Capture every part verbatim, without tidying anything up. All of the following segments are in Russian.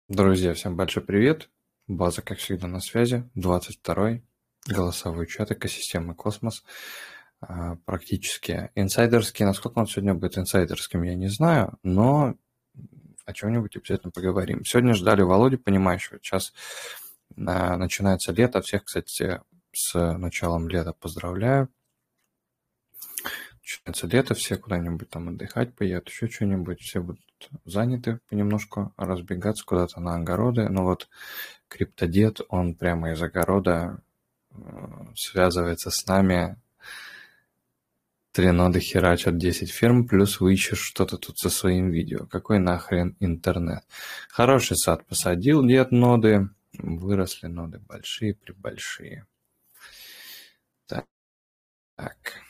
Друзья, всем большой привет. База, как всегда, на связи. двадцать второй. Голосовой чат экосистемы Космос. А, Практически инсайдерский. Насколько он сегодня будет инсайдерским, я не знаю, но о чем-нибудь обязательно поговорим. Сегодня ждали Володю, понимающего. Сейчас а, начинается лето. Всех, кстати, с началом лета поздравляю. Начинается лето, все куда-нибудь там отдыхать поедут, еще что-нибудь, все будут заняты понемножку, разбегаться куда-то на огороды. Но вот Криптодед, он прямо из огорода э, связывается с нами, три ноды херачат десять ферм, плюс вы ищешь что-то тут со своим видео. Какой нахрен интернет? Хороший сад посадил дед ноды, выросли ноды большие, прибольшие. Так. так.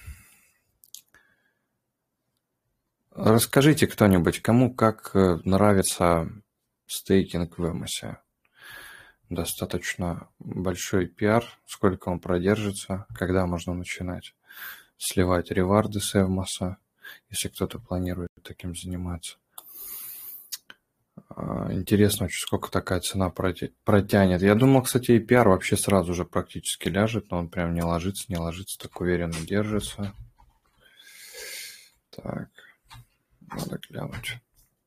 Расскажите кто-нибудь, кому как нравится стейкинг в Эмосе? Достаточно большой пиар, сколько он продержится, когда можно начинать сливать реварды с Эвмоса, если кто-то планирует таким заниматься. Интересно очень, сколько такая цена протянет. Я думал, кстати, и пиар вообще сразу же практически ляжет, но он прям не ложится, не ложится, так уверенно держится. Так, надо глянуть.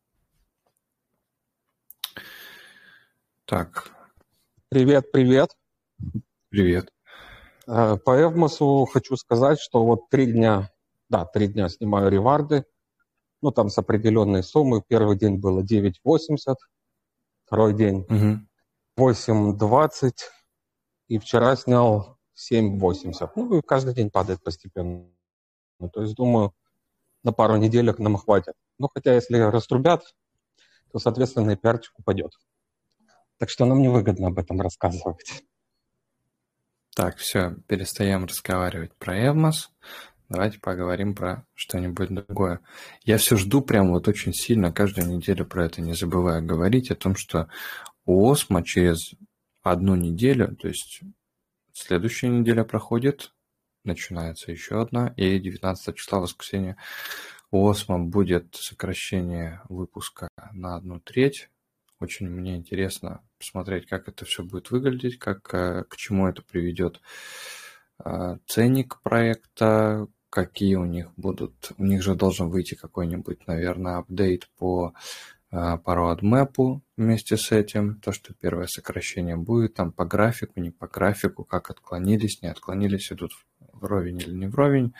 Так. Привет, привет. Привет. По Эвмосу хочу сказать, что вот три дня, да, три дня снимаю реварды, ну там с определенной суммы. Первый день было девять восемьдесят, второй день угу. восемь двадцать, и вчера снял семь восемьдесят. Ну и каждый день падает постепенно. Ну, то есть, думаю, на пару неделек нам хватит. Ну, хотя если раструбят, то, соответственно, и пиарчик упадет. Так что нам невыгодно об этом рассказывать. Так, все, перестаем разговаривать про Эвмос. Давайте поговорим про что-нибудь другое. Я все жду прям вот очень сильно, каждую неделю про это не забываю говорить, о том, что у Осмо через одну неделю, то есть следующая неделя проходит, начинается еще одна, и девятнадцатого числа, воскресенье, у Осмо будет сокращение выпуска на одну треть. Очень мне интересно посмотреть, как это все будет выглядеть, как, к чему это приведет ценник проекта, какие у них будут. У них же должен выйти какой-нибудь, наверное, апдейт по по roadmap вместе с этим. То, что первое сокращение будет, там по графику, не по графику, как отклонились, не отклонились, идут вровень или не вровень.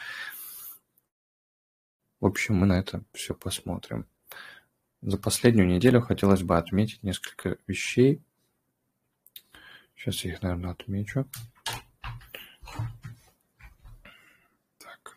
В общем, мы на это все посмотрим. За последнюю неделю хотелось бы отметить несколько вещей. Сейчас я их, наверное, отмечу. Так.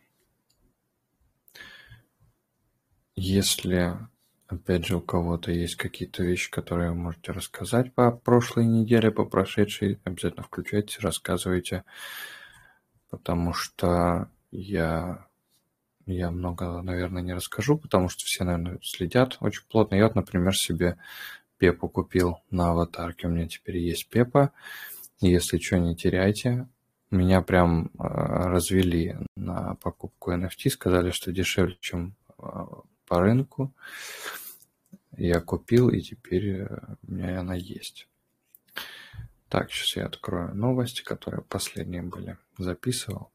Если, опять же, у кого-то есть какие-то вещи, которые вы можете рассказать по прошлой неделе, по прошедшей, обязательно включайте, рассказывайте, потому что я... Я много, наверное, не расскажу, потому что все, наверное, следят очень плотно. Я вот, например, себе Пепу купил на аватарке. У меня теперь есть Пепа. Если что, не теряйте. Меня прям развели на покупку эн эф ти. Сказали, что дешевле, чем по рынку. Я купил, и теперь у меня она есть. Так, сейчас я открою новости, которые последние были. Записывал.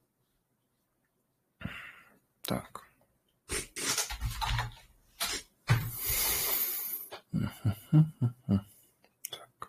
Так. Так.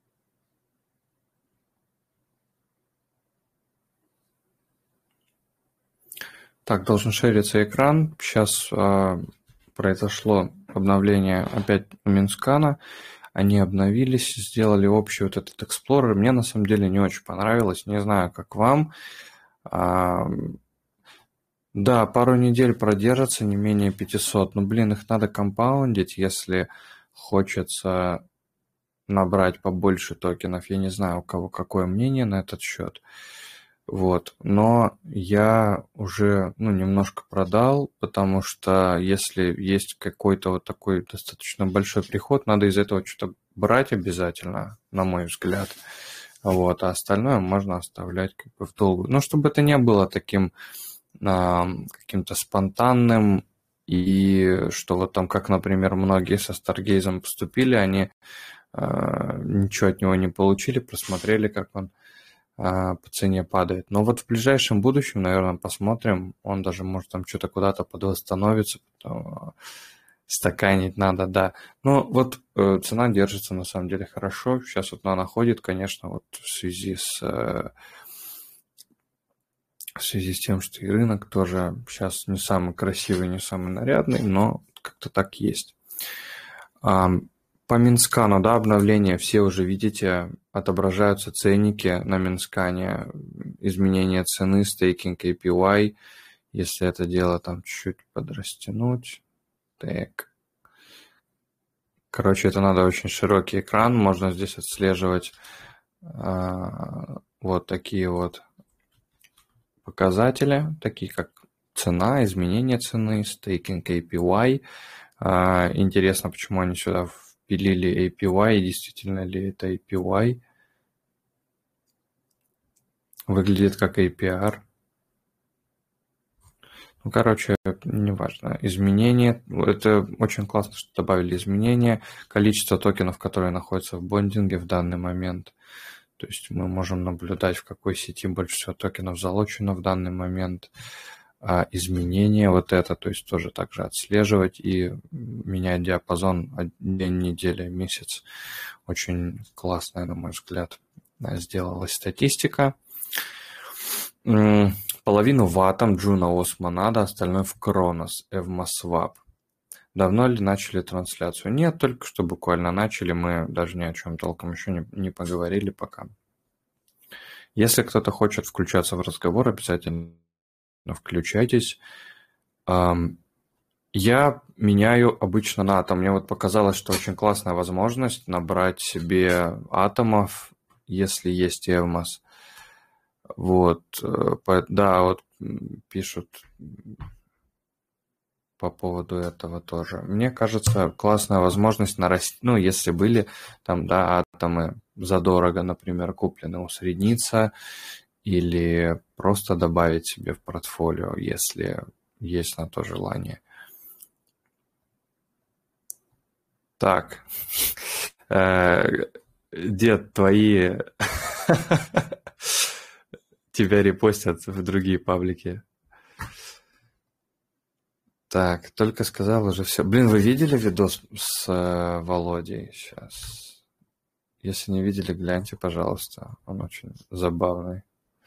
Так, должен шериться экран. Сейчас а, произошло обновление опять у Минскана. Они обновились, сделали общий вот этот Explorer. Мне на самом деле не очень понравилось. Не знаю, как вам. А, да, пару недель продержатся, не менее пятисот. Но, блин, их надо компаундить, если хочется набрать побольше токенов. Я не знаю, у кого какое мнение на этот счет. Вот, но я уже, ну, немножко продал, потому что если есть какой-то вот такой достаточно большой приход, надо из этого что-то брать обязательно, на мой взгляд. Вот, а остальное можно оставлять как бы в долгу. Но чтобы это не было таким а, каким-то спонтанным, и что вот там, как, например, многие со Старгейзом поступили, они ничего от него не получили, просмотрели, как он по цене падает. Но вот в ближайшем будущем, наверное, посмотрим. Он даже может там что-то куда-то подвосстановиться, потом стаканить надо, да. Но вот э, цена держится на самом деле хорошо. Сейчас вот она ходит, конечно, вот в связи с э, в связи с тем, что и рынок тоже сейчас не самый красивый, не самый нарядный, но как-то так есть. А, по Минскану, да, обновления, все уже видите, отображаются ценники на Минскане, изменение цены, стейкинг эй пи уай, если это дело там чуть-чуть подрастянуть. Так. Короче, это надо очень широкий экран, можно здесь отслеживать а, вот такие вот показатели, такие как цена, изменение цены, стейкинг эй пи уай. А, интересно, почему они сюда впилили эй пи уай, действительно ли это эй пи уай. Выглядит как эй пи ар. Ну, короче, неважно. Изменения. Это очень классно, что добавили изменения. Количество токенов, которые находятся в бондинге в данный момент. То есть мы можем наблюдать, в какой сети больше всего токенов залочено в данный момент. А изменения вот это, то есть тоже также отслеживать и менять диапазон день, неделя, месяц. Очень классная, на мой взгляд, сделалась статистика. Половину в Atom, Juno, Monada, остальное в Kronos, EvmaSwap. Давно ли начали трансляцию? Нет, только что буквально начали. Мы даже ни о чем толком еще не, не поговорили пока. Если кто-то хочет включаться в разговор, обязательно включайтесь. Я меняю обычно на Atom. Мне вот показалось, что очень классная возможность набрать себе атомов, если есть Evmos. Вот, да, вот пишут по поводу этого тоже. Мне кажется, классная возможность нарастить, ну, если были там, да, атомы задорого, например, куплены, усредниться или просто добавить себе в портфолио, если есть на то желание. Так, дед, твои... Тебя репостят в другие паблики. Так, только сказал уже все. Блин, вы видели видос с э, Володей сейчас? Если не видели, гляньте, пожалуйста. Он очень забавный.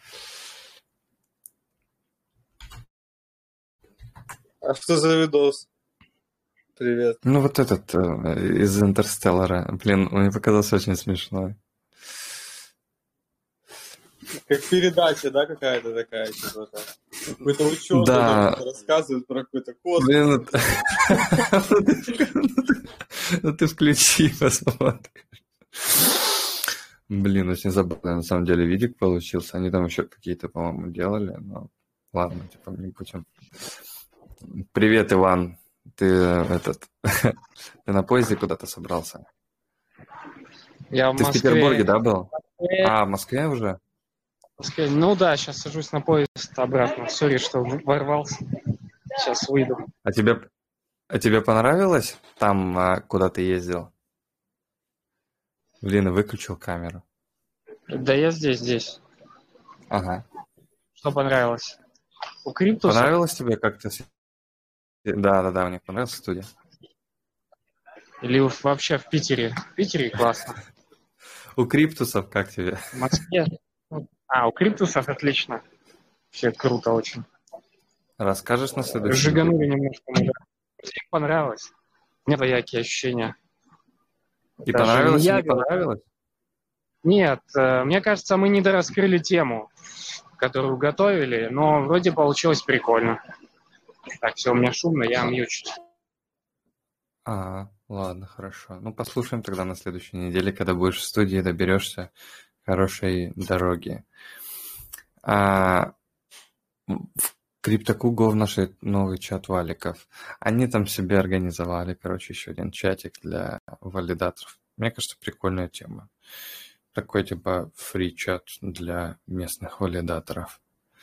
А что за видос? Привет. Ну, вот этот э, из Интерстеллара. Блин, он мне показался очень смешной. Как передача, да, какая-то такая, типа там. Какой-то ученый да. рассказывает про какой-то космос. Блин, ну ты включи, посмотри. Блин, очень забавный на самом деле видик получился. Они там еще какие-то, по-моему, делали, но ладно, типа не будем. Привет, Иван. Ты этот, ты на поезде куда-то собрался? Я в Ты Москве. в Петербурге, да, был? Москве. А, в Москве уже? Ну да, сейчас сажусь на поезд обратно. Сори, что ворвался. Сейчас выйду. А тебе, а тебе понравилось там, куда ты ездил? Блин, выключил камеру. Да я здесь, здесь. Ага. Что понравилось? У Криптуса? Понравилось тебе как-то? Да, да, да, мне понравилась студия. Или уж вообще в Питере? В Питере классно. У Криптусов как тебе? В Москве? А, у Криптусов отлично. Все круто очень. Расскажешь на следующий? Жиганули немножко. Да. Всем понравилось. Мне двоякие ощущения. И Даже понравилось, не и не я понравилось? Нет, мне кажется, мы недораскрыли тему, которую готовили, но вроде получилось прикольно. Так, все, у меня шумно, я мьючусь. А, ладно, хорошо. Ну, послушаем тогда на следующей неделе, когда будешь в студии, доберешься хорошей дороги. А, в CryptoCugo в нашей новый чат валиков. Они там себе организовали, короче, еще один чатик для валидаторов. Мне кажется, прикольная тема. Такой типа фри-чат для местных валидаторов.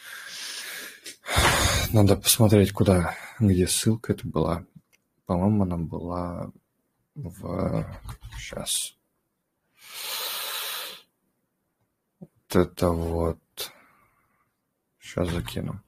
Надо посмотреть, куда, где ссылка это была. По-моему, она была в... Сейчас. это вот. Сейчас закину.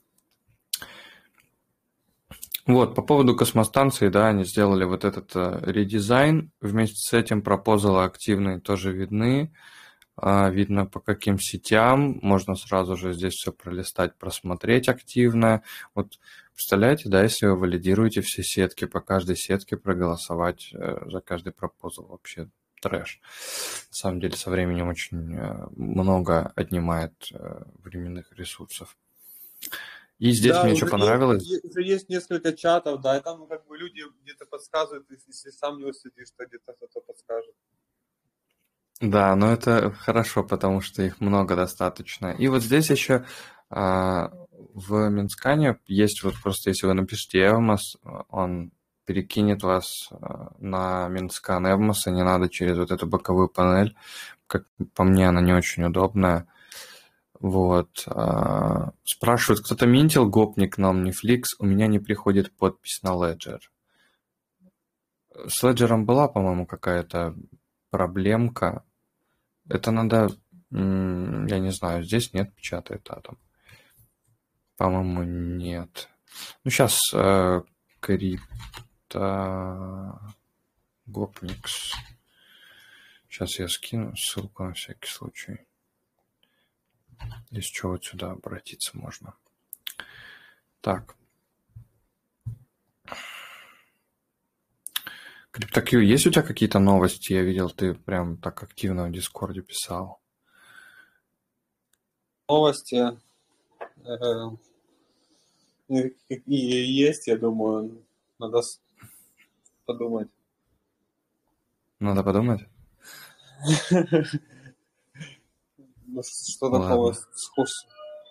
Вот, по поводу космостанции, да, они сделали вот этот э, редизайн. Вместе с этим пропозалы активные тоже видны. А, видно, по каким сетям. Можно сразу же здесь все пролистать, просмотреть активно. Вот представляете, да, если вы валидируете все сетки, по каждой сетке проголосовать э, за каждый пропозал. Вообще трэш. На самом деле со временем очень э, много отнимает э, временных ресурсов. И здесь Да, мне уже что понравилось. есть, уже есть несколько чатов, да, и там как бы люди где-то подсказывают, если сам не уследишь, то где-то кто-то подскажет. Да, но это хорошо, потому что их много достаточно. И вот здесь еще а, в Минскане есть вот просто, если вы напишите Evmos, он перекинет вас а, на Минскан Evmos, и не надо через вот эту боковую панель. Как по мне, она не очень удобная. Вот. А, спрашивают, кто-то минтил гопник на OmniFlix, у меня не приходит подпись на Ledger. С Ledger была, по-моему, какая-то проблемка. Это надо, я не знаю, здесь нет, печатает атом. По-моему, нет. Ну, сейчас э, крипто гопникс. Сейчас я скину ссылку на всякий случай. Из чего вот сюда обратиться можно. Так. CryptoQ, есть у тебя какие-то новости? Я видел, ты прям так активно в Дискорде писал. Новости э, какие есть, я думаю, надо подумать. Надо подумать? Ну, что такого схож.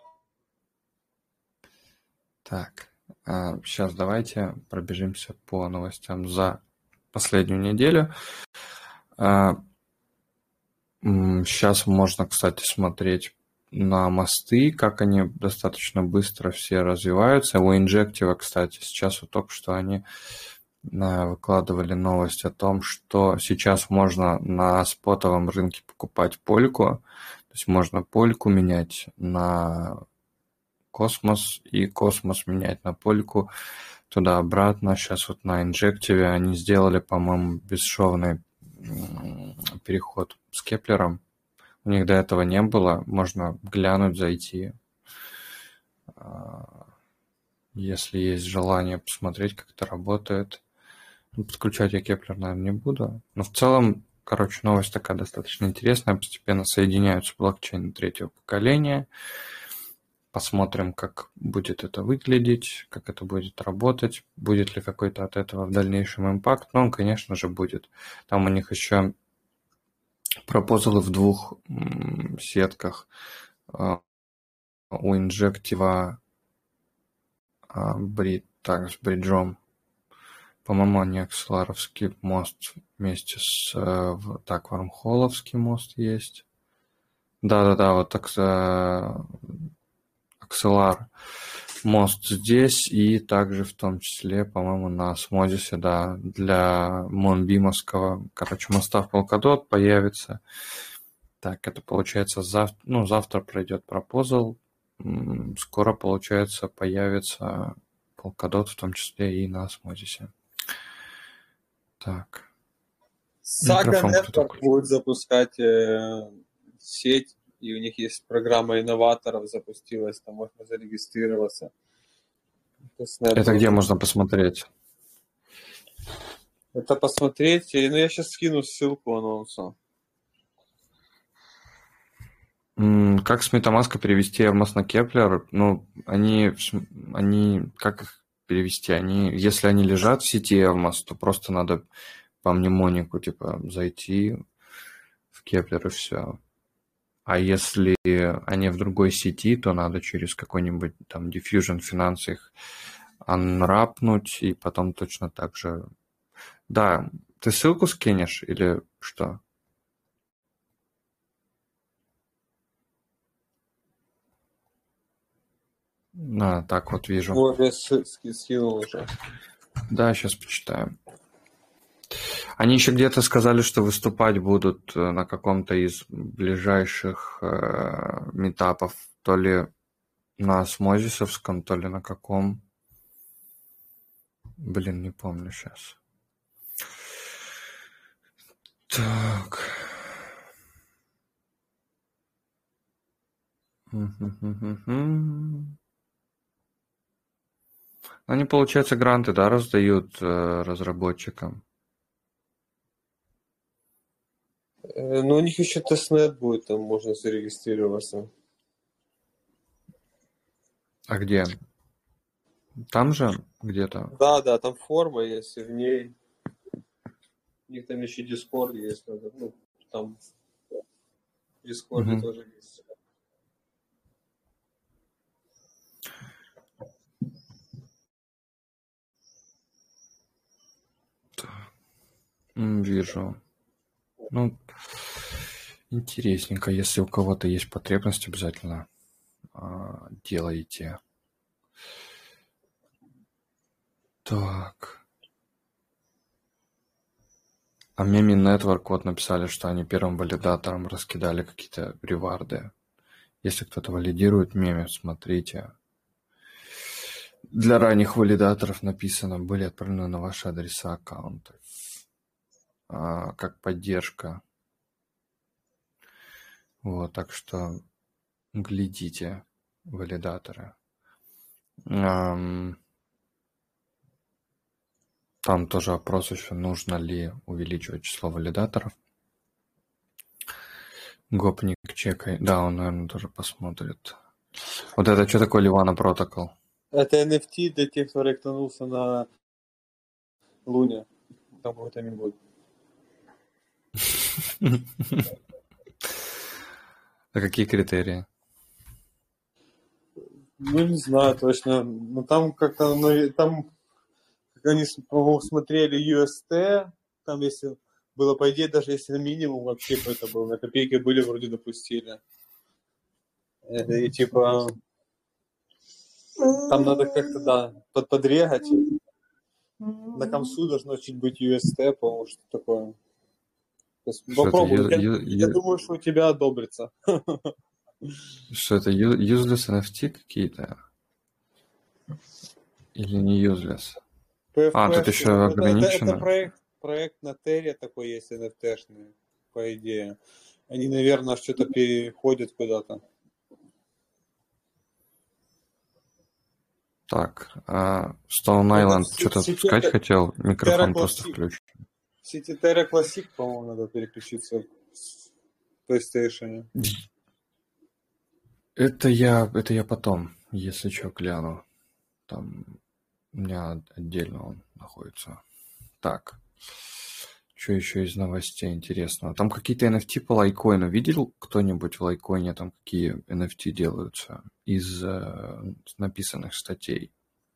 Так, а, сейчас давайте пробежимся по новостям за последнюю неделю. А, сейчас можно, кстати, смотреть на мосты, как они достаточно быстро все развиваются. У Injective, кстати, сейчас вот только что они выкладывали новость о том, что сейчас можно на спотовом рынке покупать польку. То есть можно польку менять на космос и космос менять на польку туда-обратно. Сейчас вот на Injective они сделали, по-моему, бесшовный переход с Кеплером. У них до этого не было. Можно глянуть, зайти. Если есть желание посмотреть, как это работает. Подключать я Кеплер, наверное, не буду. Но в целом, короче, новость такая достаточно интересная. Постепенно соединяются блокчейны третьего поколения. Посмотрим, как будет это выглядеть, как это будет работать, будет ли какой-то от этого в дальнейшем импакт. Но он, конечно же, будет. Там у них еще пропозалы в двух сетках. У Injective брид, так, с бриджом. По-моему, они акселаровский мост вместе с... Так, вармхоловский мост есть. Да-да-да, вот так... Акселар мост здесь и также в том числе, по-моему, на осмозисе, да, для Монбимовского, короче, моста в Polkadot появится. Так, это получается завтра, ну, завтра пройдет пропозал, скоро, получается, появится Polkadot в том числе и на осмозисе. Так. Saga Network будет запускать э, сеть. И у них есть программа инноваторов, запустилась, там можно зарегистрироваться. Это где можно посмотреть? Это посмотреть, ну я сейчас скину ссылку анонса. Как с MetaMask перевести Evmos на Kepler? Ну, они, они, как их перевести? Они, если они лежат в сети Evmos, то просто надо по мнемонику, типа, зайти в Kepler и все. А если они в другой сети, то надо через какой-нибудь там Diffusion Finance их анрапнуть и потом точно так же... Да, ты ссылку скинешь или что? А, так вот вижу. Вот, я скинул уже. Да, сейчас почитаем. Они еще где-то сказали, что выступать будут на каком-то из ближайших э, митапов, то ли на Осмозисовском, то ли на каком. Блин, не помню сейчас. Так. Они, получается, гранты, да, раздают э, разработчикам? Э, ну, у них еще тестнет будет, там можно зарегистрироваться. А где? Там же где-то? Да, да, там форма есть, и в ней... У них там еще Discord есть, надо, ну, там в Discord Мгм. тоже есть. М, Вижу. Ну, интересненько. Если у кого-то есть потребность, обязательно а, делайте. Так. А Meme Network вот написали, что они первым валидаторам раскидали какие-то реварды. Если кто-то валидирует меме, смотрите. Для ранних валидаторов написано, были отправлены на ваши адреса аккаунтов. А, как поддержка. Вот, так что глядите, валидаторы. Ам, Там тоже опрос еще, нужно ли увеличивать число валидаторов. Гопник чекай. Да, он, наверное, тоже посмотрит. Вот это что такое Ливана протокол? Это эн эф ти для тех, кто ректанулся на Луне. Там какой-то не будет. А какие критерии? Ну, не знаю точно. Но там как-то, ну, там, как они, по-моему, смотрели ю эс ти, там если было, по идее, даже если минимум вообще какой-то был, на копейки были, вроде допустили. Это, и типа, там надо как-то, да, под, подрегать. На комсу должно чуть быть ю эс ти, по-моему, что такое. То есть Что это, попробуй. ю- Я, ю- я ю- думаю, что у тебя одобрится. что это ю- useless эн эф ти какие-то? Или не useless? А, тут пи эф пи, еще это, это, это ограничено. проект, проект на Терре такой есть, эн эф ти-шный, по идее. Они, наверное, что-то переходят куда-то. Так, а Stone Это Island в что-то сети сказать хотел? Terra Микрофон просто Classic. включен. В сети Terra Classic, по-моему, надо переключиться в PlayStation. Это я, это я потом, если что, гляну. Там у меня отдельно он находится. Так, что еще из новостей интересного? Там какие-то эн эф ти по лайкоину. Видел кто-нибудь в лайкоине, там какие эн эф ти делаются из э, написанных статей?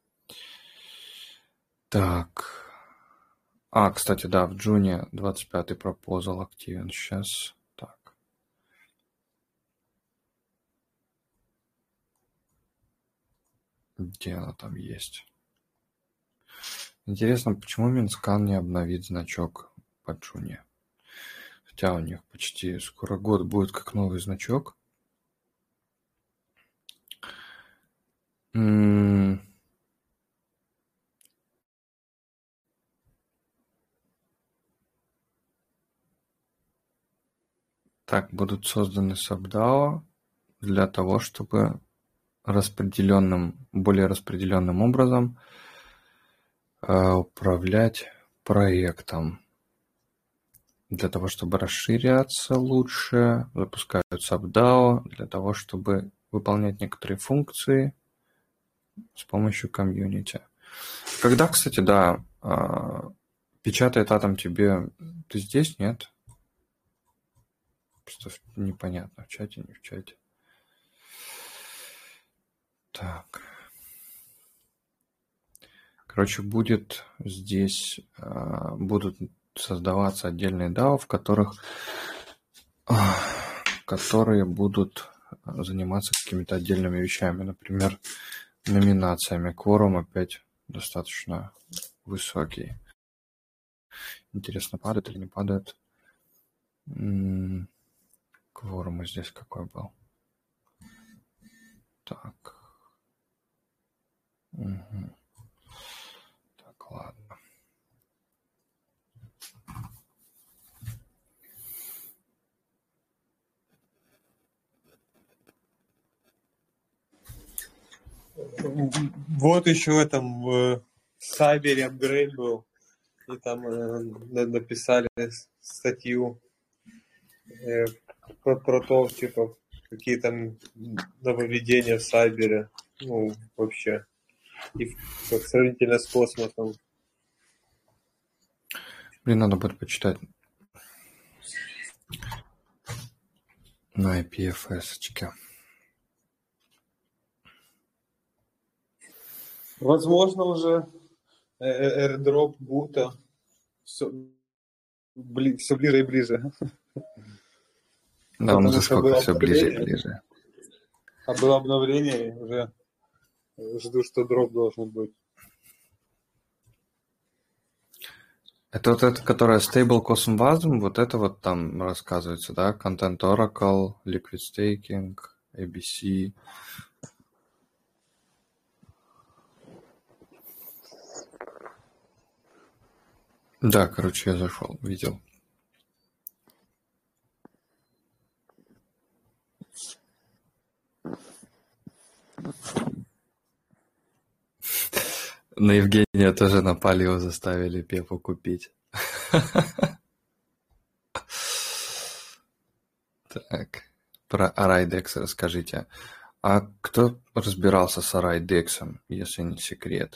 Так. А, кстати, да, в Джуне двадцать пятый пропозал активен сейчас. Так. Где она там есть? Интересно, почему Минскан не обновит значок по Джуне? Хотя у них почти скоро год будет как новый значок. М, Так, будут созданы сабдао для того, чтобы распределенным, более распределенным образом э, управлять проектом. Для того, чтобы расширяться лучше, запускают сабдао для того, чтобы выполнять некоторые функции с помощью комьюнити. Когда, кстати, да, э, печатает Атом тебе... Ты здесь, нет? Просто непонятно, в чате, не в чате. Так. Короче, будет здесь, э, будут создаваться отдельные дао, в которых, э, которые будут заниматься какими-то отдельными вещами, например, номинациями. Кворум опять достаточно высокий. Интересно, падает или не падает? М, Кворум здесь какой был? Так. Мгм. Так, ладно. Вот еще в этом в Сайбере апгрейд был. И там э, на- написали с- статью э, про, про то, типа, какие там нововведения в Сайбере. Ну, вообще. И в- как сравнительно с космосом. Блин, надо будет почитать на ай пи эф эс-очке. Возможно, уже э, э, airdrop бута все, бли, все ближе и ближе. Да, он Потому уже что сколько было все ближе и обновление, ближе. а было обновление, и уже жду, что дроп должен быть. Это вот это, которая Stable Cosm Wasm, вот это вот там рассказывается, да? Content Oracle, Liquid Staking, эй би си. Да, короче, я зашел, видел. На Евгения тоже напали, его заставили Пепу купить. Так, про Арайдекс расскажите. А кто разбирался с Арайдексом, если не секрет?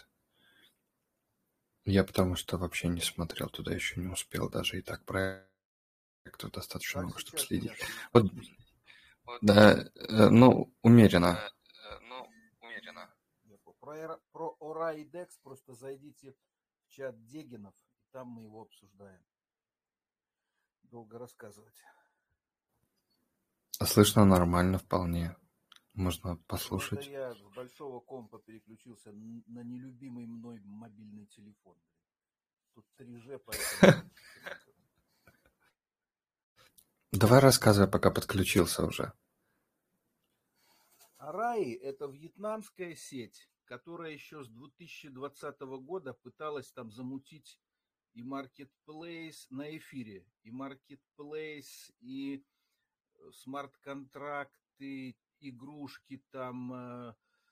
Я потому что вообще не смотрел туда, еще не успел даже, и так проектов достаточно много, чтобы следить. Вот, да, э, ну, умеренно. Ну, умеренно. Про, про Орайдекс просто зайдите в чат Дегинов, и там мы его обсуждаем. Долго рассказывать. А слышно нормально вполне. Можно Ну, послушать. это я с большого компа переключился на нелюбимый мной мобильный телефон. Тут три джи, поэтому... Давай рассказывай, пока подключился уже. Араи – это вьетнамская сеть, которая еще с две тысячи двадцатого года пыталась там замутить и маркетплейс на эфире, и маркетплейс, и смарт-контракты, игрушки там, э,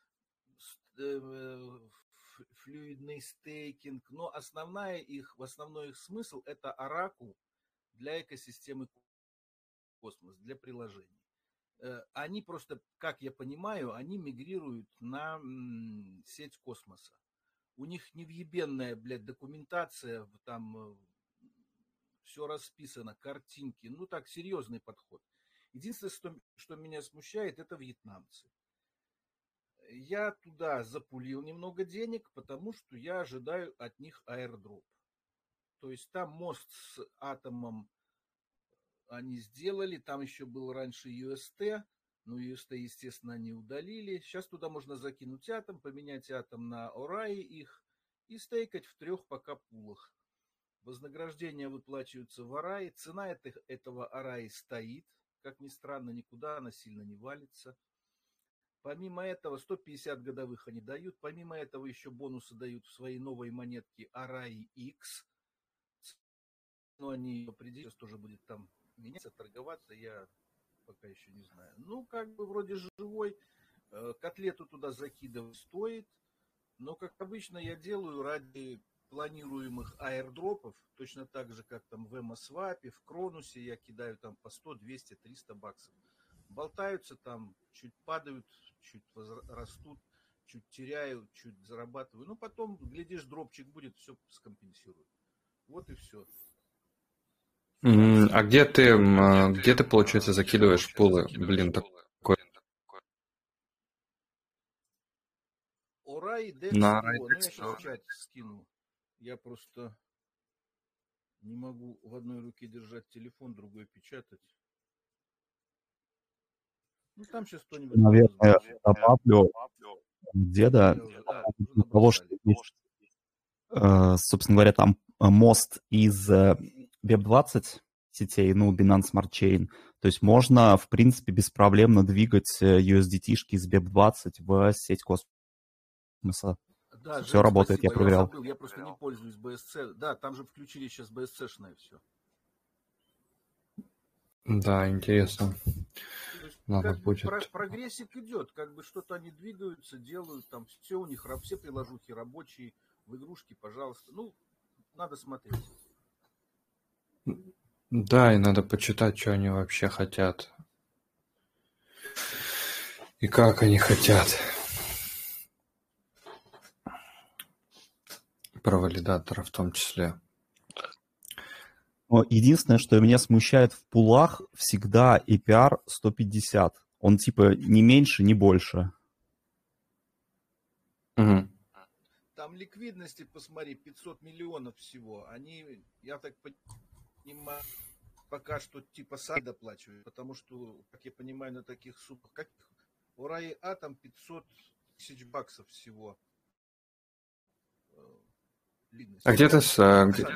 э, флюидный стейкинг. Но основная их, основной их смысл – это Oracle для экосистемы космос, для приложений. Они просто, как я понимаю, они мигрируют на м, сеть космоса. У них невъебенная, блядь, документация, там все расписано, картинки. Ну так, серьезный подход. Единственное, что, что меня смущает, это вьетнамцы. Я туда запулил немного денег, потому что я ожидаю от них аирдроп. То есть там мост с атомом они сделали, там еще был раньше ю эс ти, но ю эс ти, естественно, они удалили. Сейчас туда можно закинуть атом, поменять атом на Орай их и стейкать в трех пока пулах. Вознаграждения выплачиваются в Орае. Цена этого Орая стоит. Как ни странно, никуда она сильно не валится. Помимо этого, сто пятьдесят годовых они дают. Помимо этого, еще бонусы дают в своей новой монетке Орай X. Но они определили, тоже будет там меняться, торговаться, я пока еще не знаю. Ну, как бы вроде живой. Котлету туда закидывать стоит. Но, как обычно, я делаю ради планируемых аирдропов, точно так же, как там в Эмосвапе, в Кронусе, я кидаю там по сто, двести, триста баксов. Болтаются там, чуть падают, чуть растут, чуть теряю, чуть зарабатываю. Ну, потом, глядишь, дропчик будет, все скомпенсирует. Вот и все. Mm, а где ты, где ты, получается, закидываешь пулы? Блин, такой... Орай, Декс, На его. Ну, я Райдекс. сейчас в чат скину. Я просто не могу в одной руке держать телефон, другой печатать. Ну, там сейчас кто-нибудь... Наверное, добавлю деда уже, а, по того, что набросали. есть э, собственно говоря, там э, мост из э, веб двадцать сетей, ну, Binance Smart Chain. То есть можно, в принципе, беспроблемно двигать э, ю эс ди ти-шки из веб двадцать в сеть космоса. Да, Все Жень, работает, я спасибо, я проверял. забыл, я просто не пользуюсь би эс си. Да, там же включили сейчас би эс си-шное все. Да, интересно. То есть, Надо как бы будет. про- прогрессик идет, как бы что-то они двигаются, делают, там все у них, ра- все приложухи рабочие, в игрушки, пожалуйста. Ну, надо смотреть. Да, и надо почитать, что они вообще хотят. И как они хотят. Про валидатора в том числе. Но единственное, что меня смущает в пулах, всегда эй пи ай сто пятьдесят. Он типа не меньше, не больше. Угу. Там ликвидности, посмотри, пятьсот миллионов всего. Они, я так понимаю, пока что типа сами доплачивают, потому что, как я понимаю, на таких суммах, как у Раи А там пятьсот тысяч баксов всего. А где ты с... а, где...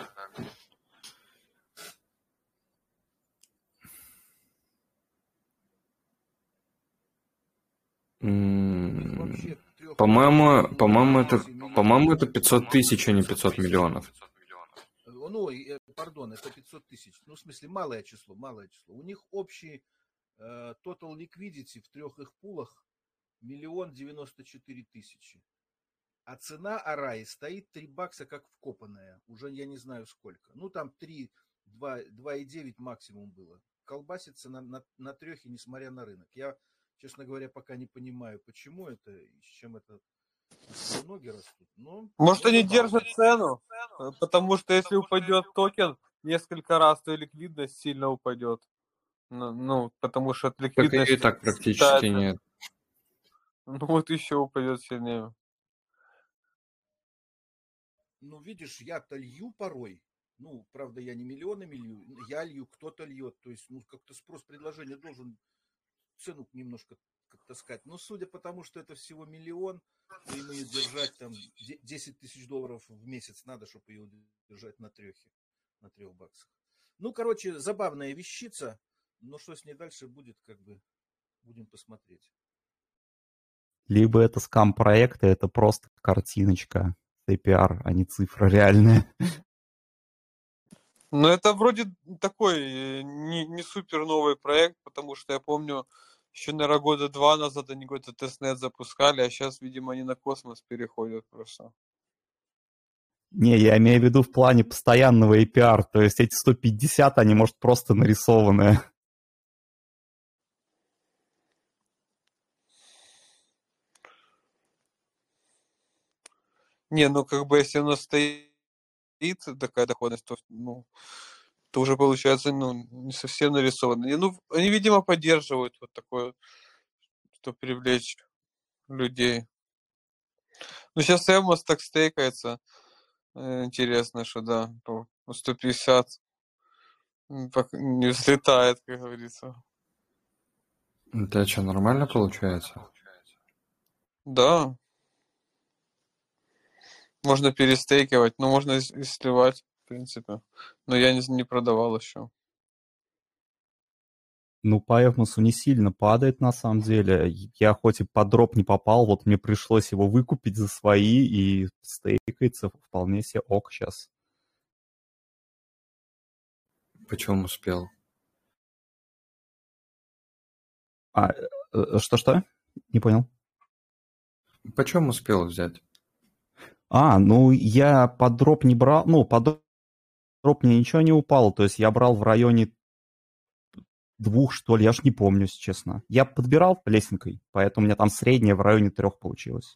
Вообще, По-моему, по-моему, это, по-моему, это пятьсот тысяч, а не пятьсот миллионов. Ну, пардон, это пятьсот тысяч. Ну, в смысле, малое число, малое число. У них общий э, total liquidity в трех их пулах миллион девяносто четыре тысячи. А цена Араи стоит три бакса как вкопанная. Уже я не знаю сколько. Ну, там три, два, два и девять максимум было. Колбасится на, на, на трехе, несмотря на рынок. Я, честно говоря, пока не понимаю, почему это и с чем это ноги растут. Но, Может, но они забавно. держат цену, потому что если упадет токен несколько раз, то и ликвидность сильно упадет. Ну, ну потому что от Так ликвидности... и так практически нет. Ну, вот еще упадет сильнее. Ну, видишь, я-то лью порой. Ну, правда, я не миллионами лью, я лью, кто-то льет. То есть, ну, как-то спрос-предложение должен цену немножко как-то сказать. Но судя по тому, что это всего миллион, то им ее держать там десять тысяч долларов в месяц надо, чтобы ее держать на трехе, на трех баксах. Ну, короче, забавная вещица, но что с ней дальше будет, как бы, будем посмотреть. Либо это скам-проект, и это просто картиночка эй пи ай, а не цифра реальная. Ну, это вроде такой не, не супер новый проект, потому что я помню, еще, наверное, года два назад они какой-то тестнет запускали, а сейчас, видимо, они на космос переходят просто. Не, я имею в виду в плане постоянного эй пи ай, то есть эти сто пятьдесят, они, может, просто нарисованные. Не, ну, как бы, если оно стоит, такая доходность, то, ну, то уже получается, ну, не совсем нарисованно. Ну, они, видимо, поддерживают вот такое, что привлечь людей. Ну, сейчас Эмос так стейкается. Интересно, что да, по сто пятьдесят не взлетает, как говорится. Это что, нормально получается? Да. Можно перестейкивать, но можно и сливать, в принципе. Но я не, не продавал еще. Ну, по Эвмосу не сильно падает, на самом деле. Я хоть и под дроп не попал, вот мне пришлось его выкупить за свои, и стейкается вполне себе ок сейчас. Почему успел? А, что-что? Не понял. Почему успел взять? А, ну, я под дроп не брал, ну, под дроп мне ничего не упало, то есть я брал в районе двух, что ли, я ж не помню, если честно. Я подбирал лесенкой, поэтому у меня там среднее в районе трех получилось.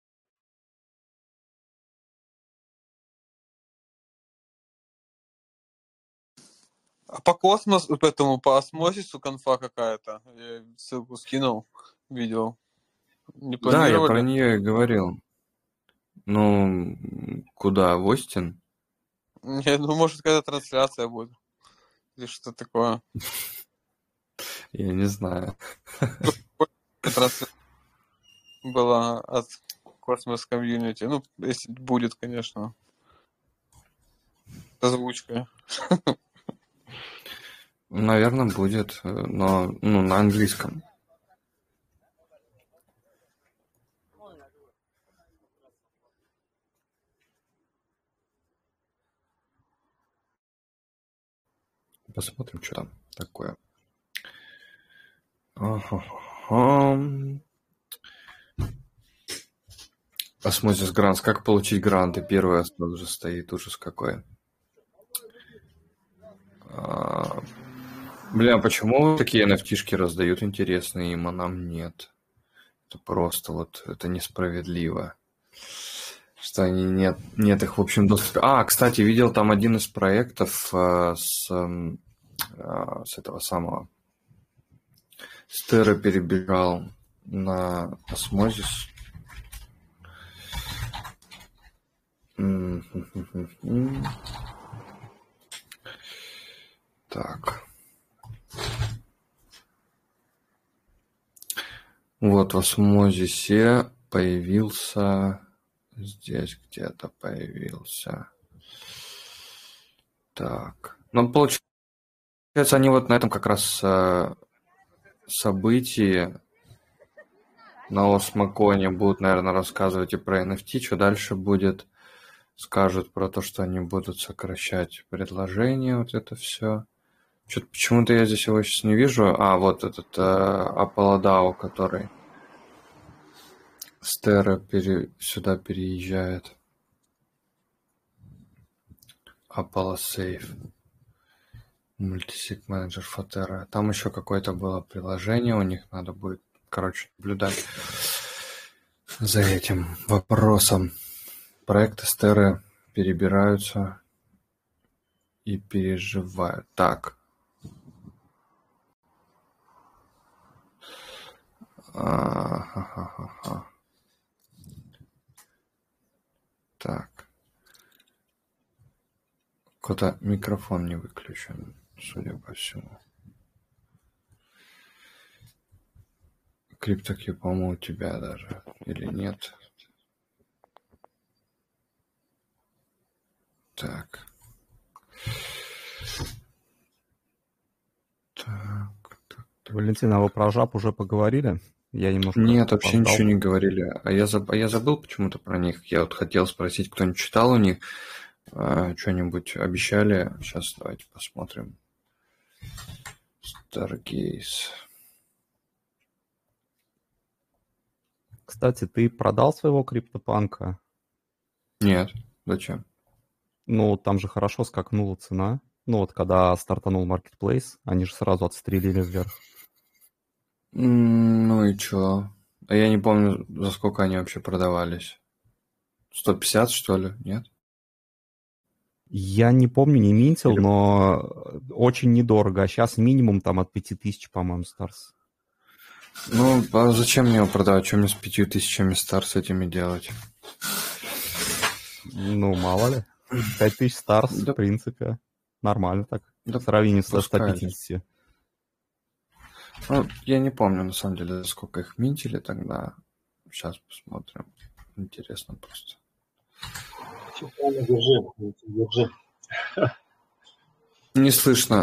А по космосу, поэтому по осмосису конфа какая-то. Я ссылку скинул, видео. Не Да, я планировали? про нее и говорил. Ну, куда? В Остин? Не, ну, может, какая-то трансляция будет. Или что такое. Я не знаю. Трансляция была от Космос комьюнити. Ну, если будет, конечно, озвучка. Наверное, будет, но ну, на английском. Посмотрим, что там такое. Осмозис Грантс. Как получить гранты? Первый основа уже стоит. Ужас какой. А, бля, почему такие эн эф ти-шки раздают интересные им, а нам нет? Это просто вот, это несправедливо. Что они нет, нет их в общем доступе. А, кстати, видел там один из проектов а, с, а, с этого самого Стера перебирал на Осмозис. Так. Вот в Осмозисе появился... Здесь где-то появился. Так. Ну, получается, они вот на этом как раз э, событии на Осмоконе будут, наверное, рассказывать и про эн эф ти. Что дальше будет? Скажут про то, что они будут сокращать предложения, вот это все. Что-то почему-то я здесь его сейчас не вижу. А, вот этот э, Apollo, который с Terra пере... сюда переезжает. Apollo Safe. Multisig Manager for Terra. Там еще какое-то было приложение у них. Надо будет, короче, наблюдать за этим вопросом. Проекты с Terra перебираются и переживают. Так. А-ха-ха-ха. Так. Какой-то микрофон не выключен, судя по всему. Криптоки, по-моему, у тебя даже. Или нет? Так. Так, так. Валентин, а вы про жаб уже поговорили? Я немножко Нет, вообще опоздал. ничего не говорили. А я, заб... а я забыл почему-то про них. Я вот хотел спросить, кто-нибудь читал у них, а, что-нибудь обещали. Сейчас давайте посмотрим. Stargaze. Кстати, ты продал своего криптопанка? Нет, зачем? Ну, там же хорошо скакнула цена. Ну, вот когда стартанул Marketplace, они же сразу отстрелили вверх. М, Ну и чё? А я не помню, за сколько они вообще продавались. сто пятьдесят, что ли? Нет? Я не помню, не минтил, Или- но очень недорого. А сейчас минимум там от пяти тысяч, по-моему, старс. Ну, а зачем мне его продавать? Что мне с пятью тысячами стар с этими делать? Ну, мало ли. пять тысяч старс, Да- в принципе. Нормально так. Да В сравнении со ста пускай. пятидесятью. Ну, я не помню, на самом деле, сколько их минтили тогда. Сейчас посмотрим. Интересно просто. Держи, держи. Не слышно.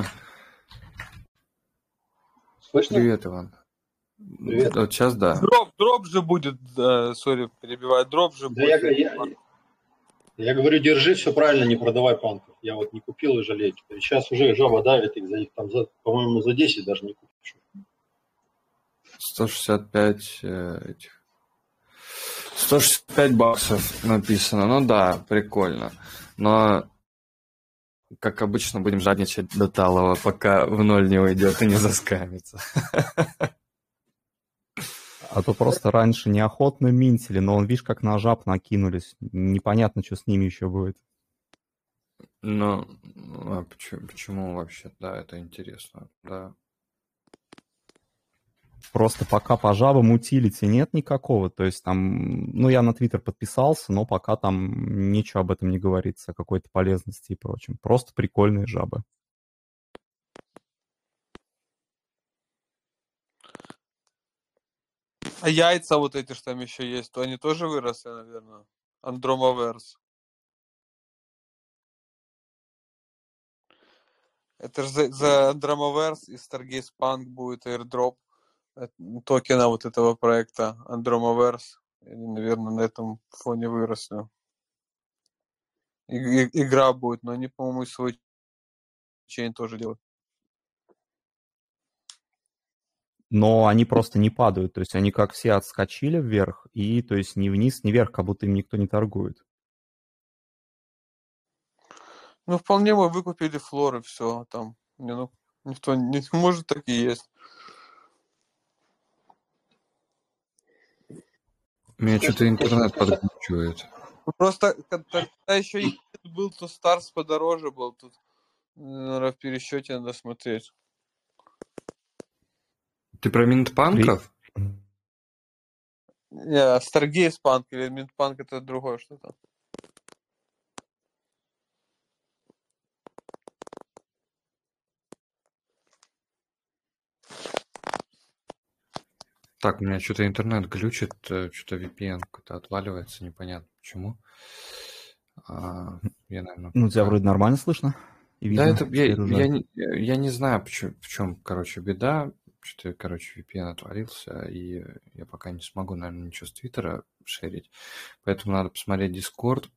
Слышно? Привет, Иван. Привет. Вот сейчас да. Дроп, дроп же будет, да, сори, перебиваю, дроп же Да я, будет. я, я говорю, держи, все правильно, не продавай панков. Я вот не купил и жалею. Сейчас уже жаба давит их, за их там, за, по-моему, за десять даже не купишь. сто шестьдесят пять э, этих. сто шестьдесят пять баксов написано. Ну да, прикольно. Но, как обычно, будем жадничать до талого, пока в ноль не уйдет и не заскамится. А то просто раньше неохотно минтили, но он, видишь, как на жаб накинулись. Непонятно, что с ними еще будет. Ну, а почему, почему вообще? Да, это интересно. Да. Просто пока по жабам утилити нет никакого. То есть там, ну, я на Твиттер подписался, но пока там ничего об этом не говорится, о какой-то полезности и прочем. Просто прикольные жабы. А яйца вот эти, что там еще есть, то они тоже выросли, наверное. Андромоверс. Это же за, за Андромоверс и Stargaze Punk будет airdrop э, токена вот этого проекта Андромоверс. Они, наверное, на этом фоне выросли. И, и- игра будет, но они, по-моему, и свой чейн тоже делают. Но они просто не падают, то есть они как все отскочили вверх, и то есть ни вниз, ни вверх, как будто им никто не торгует. Ну, вполне мы выкупили флоры, все там. Не, ну, никто не может, так и есть. У меня что-то интернет подглючивает. Ну, просто когда еще и был, то Старс подороже был. Тут, наверное, в пересчете надо смотреть. Ты про минтпанков? Не, Stargaze Punk или Mintpunk это другое что-то. Так, у меня что-то интернет глючит, э, что-то ви пи эн какой-то отваливается, непонятно почему. А, я, наверное, Ну, тебя пока- вроде нормально слышно и Да, видно. это я, теперь уже. я, не, я не знаю, почему, в чем, короче, беда. Что-то, короче, ви пи эн отвалился, и я пока не смогу, наверное, ничего с Твиттера шерить. Поэтому надо посмотреть Дискорд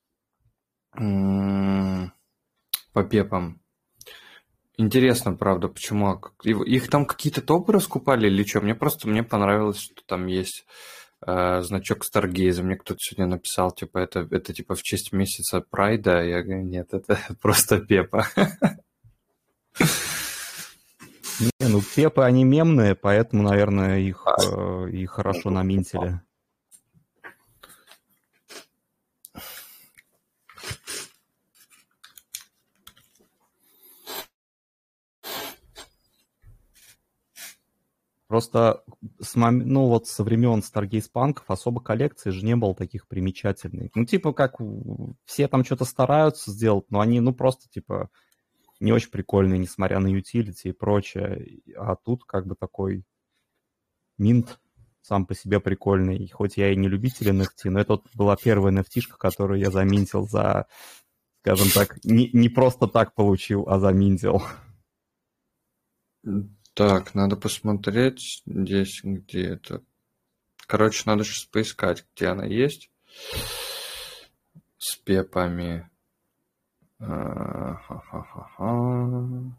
М, по пепам. Интересно, правда, почему? а как- Их их там какие-то топы раскупали или что? Мне просто мне понравилось, что там есть э, значок Старгейза. Мне кто-то сегодня написал, типа, это, это типа в честь месяца Прайда. Я говорю, нет, это просто пепа. Не, ну, пепы, они мемные, поэтому, наверное, их, э, их хорошо наминтили. Просто с мом- ну вот со времен Stargaze Punk особо коллекции же не было таких примечательных. Ну, типа, как у- все там что-то стараются сделать, но они, ну, просто, типа, не очень прикольные, несмотря на utility и прочее. А тут как бы такой минт сам по себе прикольный. И хоть я и не любитель эн эф ти, но это вот была первая эн эф ти-шка, которую я заминтил за, скажем так, не, не просто так получил, а заминтил. Так, надо посмотреть здесь, где это. Короче, надо сейчас поискать, где она есть. С пепами. А, ха-ха-ха-ха.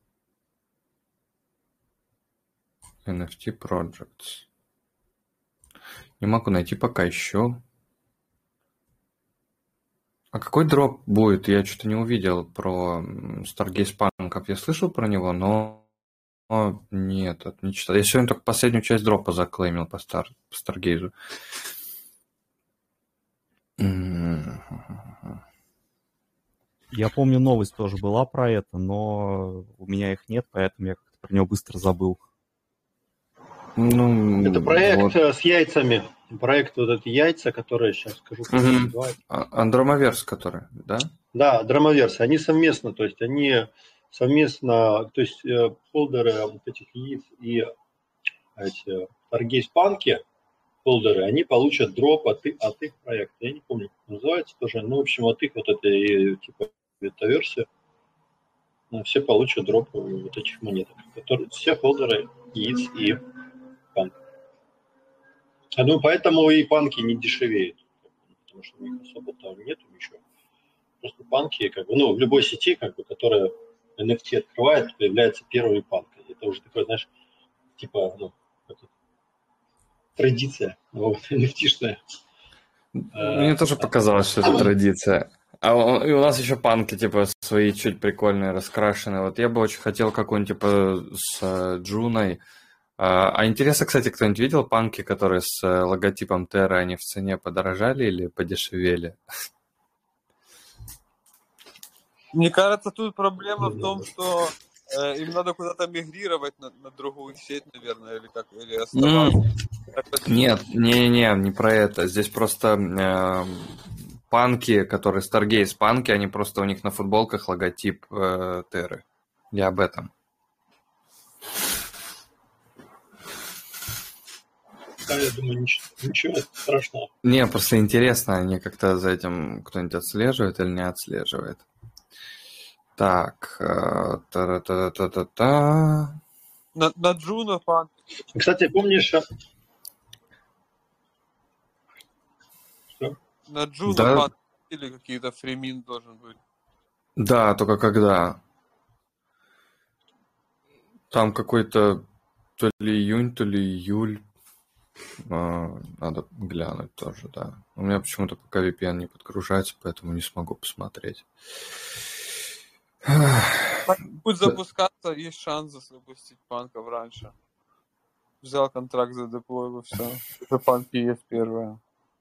эн эф ти Projects. Не могу найти пока еще. А какой дроп будет? Я что-то не увидел про м, Stargaze Punk. Я слышал про него, но но нет, это не читал. Я сегодня только последнюю часть дропа заклеймил по, Star, по Stargaze. М. Я помню, новость тоже была про это, но у меня их нет, поэтому я как-то про него быстро забыл. Ну, Это проект вот. э, с яйцами. Проект вот эти яйца, которые сейчас скажу, как Мгм. называют. А- Андромоверс, который, да? Да, драмоверсы. Они совместно, то есть они совместно, то есть э, холдеры вот этих яиц и эти Stargaze Punk холдеры, они получат дроп от, и- от их проекта. Я не помню, как называется тоже. Ну, в общем, от их вот этой типа бета-версии э, все получат дроп вот этих монеток, которые все холдеры яиц и панк. Я думаю, поэтому и панки не дешевеют, потому что у них особо там нету ничего. Просто панки, как бы, ну, в любой сети, как бы, которая эн эф ти открывает, появляется первый панк. Это уже такое, знаешь, типа, ну, это традиция, вот, эн эф ти-шная. Мне тоже показалось, что это традиция. А у, и у нас еще панки, типа, свои чуть прикольные, раскрашенные. Вот я бы очень хотел какой-нибудь, типа, с э, Джуной. А, а интересно, кстати, кто-нибудь видел панки, которые с э, логотипом Терра, они в цене подорожали или подешевели? Мне кажется, тут проблема в том, что э, им надо куда-то мигрировать на, на другую сеть, наверное, или как, или оставаться. М, Нет, не-не, не про это. Здесь просто э, панки, которые Stargaze панки, они просто у них на футболках логотип э, Терры. Я об этом. пока, я думаю, ничего, ничего страшного. Не, просто интересно, они как-то за этим кто-нибудь отслеживает или не отслеживает. Так, э, та-та-та-та-та. На, на Джуна панк. Кстати, помнишь... а- Что? На Джуна Да, панк или какие-то фримин должен быть. да, только когда? Там какой-то то ли июнь, то ли июль. А, надо глянуть тоже, да. У меня почему-то пока ви пи эн не подгружается, поэтому не смогу посмотреть. Будет запускаться, есть шанс запустить панков раньше. Взял контракт, задеплоил, все. Это панки есть первое.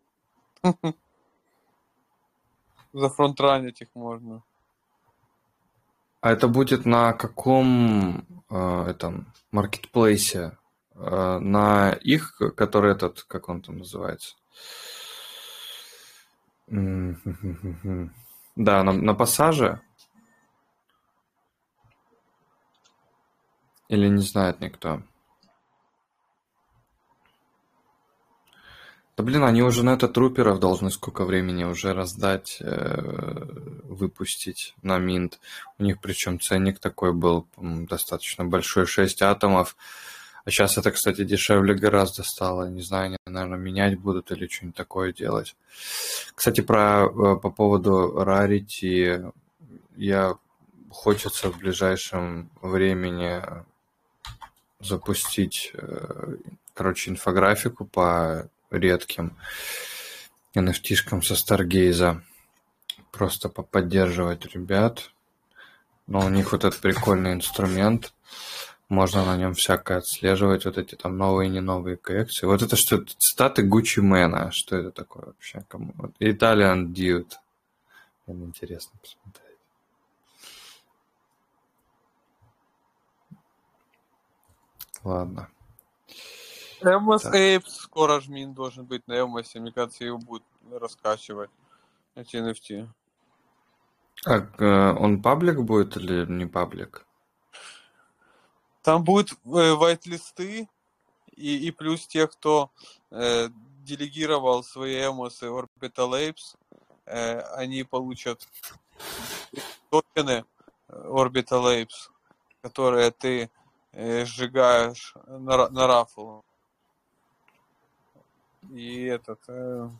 Зафронтранить их можно. А это будет на каком э, этом маркетплейсе? Э, на их, который этот, как он там называется? М-м-м-м-м. Да, на, на пассаже? Или не знает никто? Да блин, они уже на это труперов должны сколько времени уже раздать, э, выпустить на Минт. У них причем ценник такой был по-моему, достаточно большой, шесть атомов. А сейчас это, кстати, дешевле гораздо стало. Не знаю, они, наверное, менять будут или что-нибудь такое делать. Кстати, про, э, по поводу Rarity я хочется в ближайшем времени запустить, э, короче, инфографику по редким эн эф ти-шкам со Старгейза. Просто поподдерживать ребят. Но у них вот этот прикольный инструмент. Можно на нем всякое отслеживать. Вот эти там новые и не новые коллекции. Вот это что? Это цитаты Гуччи Мэна. Что это такое вообще? Кому? Вот Italian Dude. Мне интересно посмотреть. Ладно. Эмос Так. Apes скоро жмин должен быть на Эмосе. Мне кажется, его будут раскачивать. Эти эн эф ти. А э, он паблик будет или не паблик? Там будут э, вайт-листы и, и плюс те, кто э, делегировал свои эмосы Orbital Apes, э, они получат токены Orbital Apes, которые ты э, сжигаешь на, на рафл. И этот... Э,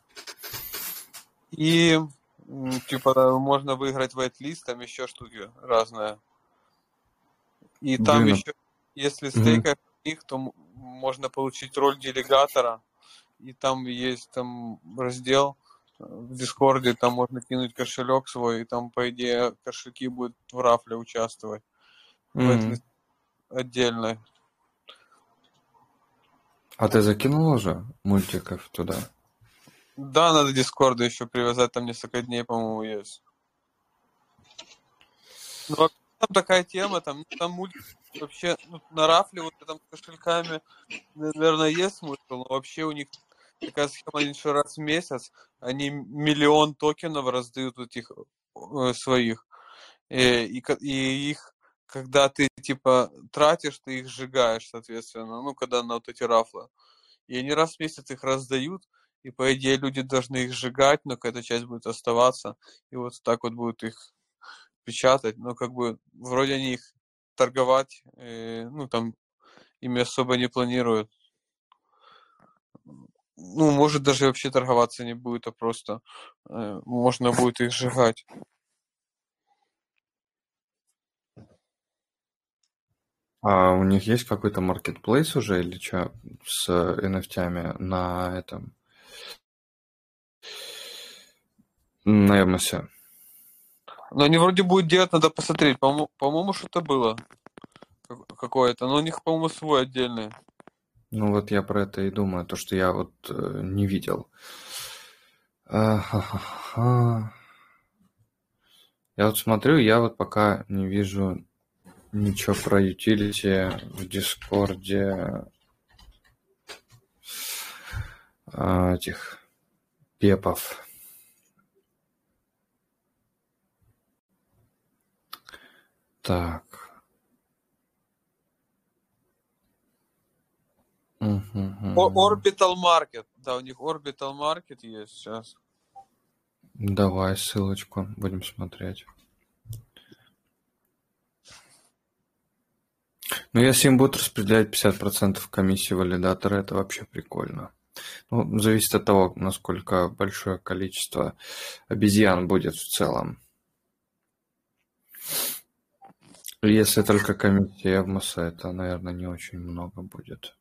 и м, типа можно выиграть вайт-лист, там еще штуки разные. И там Блин, еще, если а- мгм. стейкать их, то м- можно получить роль делегатора. И там есть там раздел э, в Дискорде, там можно кинуть кошелек свой, и там, по идее, кошельки будут в рафле участвовать. В Мгм. этой отдельно. А ты закинул уже мультиков туда? Да, надо Дискорда еще привязать, там несколько дней, по-моему, есть. Ну, вообще, там такая тема, там, там мультик вообще ну, на рафле вот там с кошельками, наверное, есть смысл, но вообще у них такая схема, они еще раз в месяц, они миллион токенов раздают этих э, своих, и, и, ко- и их, когда ты, типа, тратишь, ты их сжигаешь, соответственно, ну, когда на вот эти рафлы. И они раз в месяц их раздают, и, по идее, люди должны их сжигать, но какая-то часть будет оставаться, и вот так вот будут их печатать, но как бы вроде они их торговать, э, ну, там, ими особо не планируют. Ну, может, даже вообще торговаться не будет, а просто э, можно будет их сжигать. А у них есть какой-то маркетплейс уже или что с эн эф ти-ами на этом, на Эмосе? Но они вроде будут делать, надо посмотреть. По-моему, по-моему, что-то было как- какое-то. Но у них, по-моему, свой отдельный. Ну вот я про это и думаю, то, что я вот э, не видел. А-ха-ха-ха. Я вот смотрю, я вот пока не вижу ничего про ютилити в Дискорде а, этих пепов. Так. Мгм. О- Orbital Market. Да, у них Orbital Market есть сейчас. Давай ссылочку, будем смотреть. Ну, если им будут распределять пятьдесят процентов комиссии валидатора, это вообще прикольно. Ну, зависит от того, насколько большое количество обезьян будет в целом. Если только комиссия Евмоса, это, наверное, не очень много будет.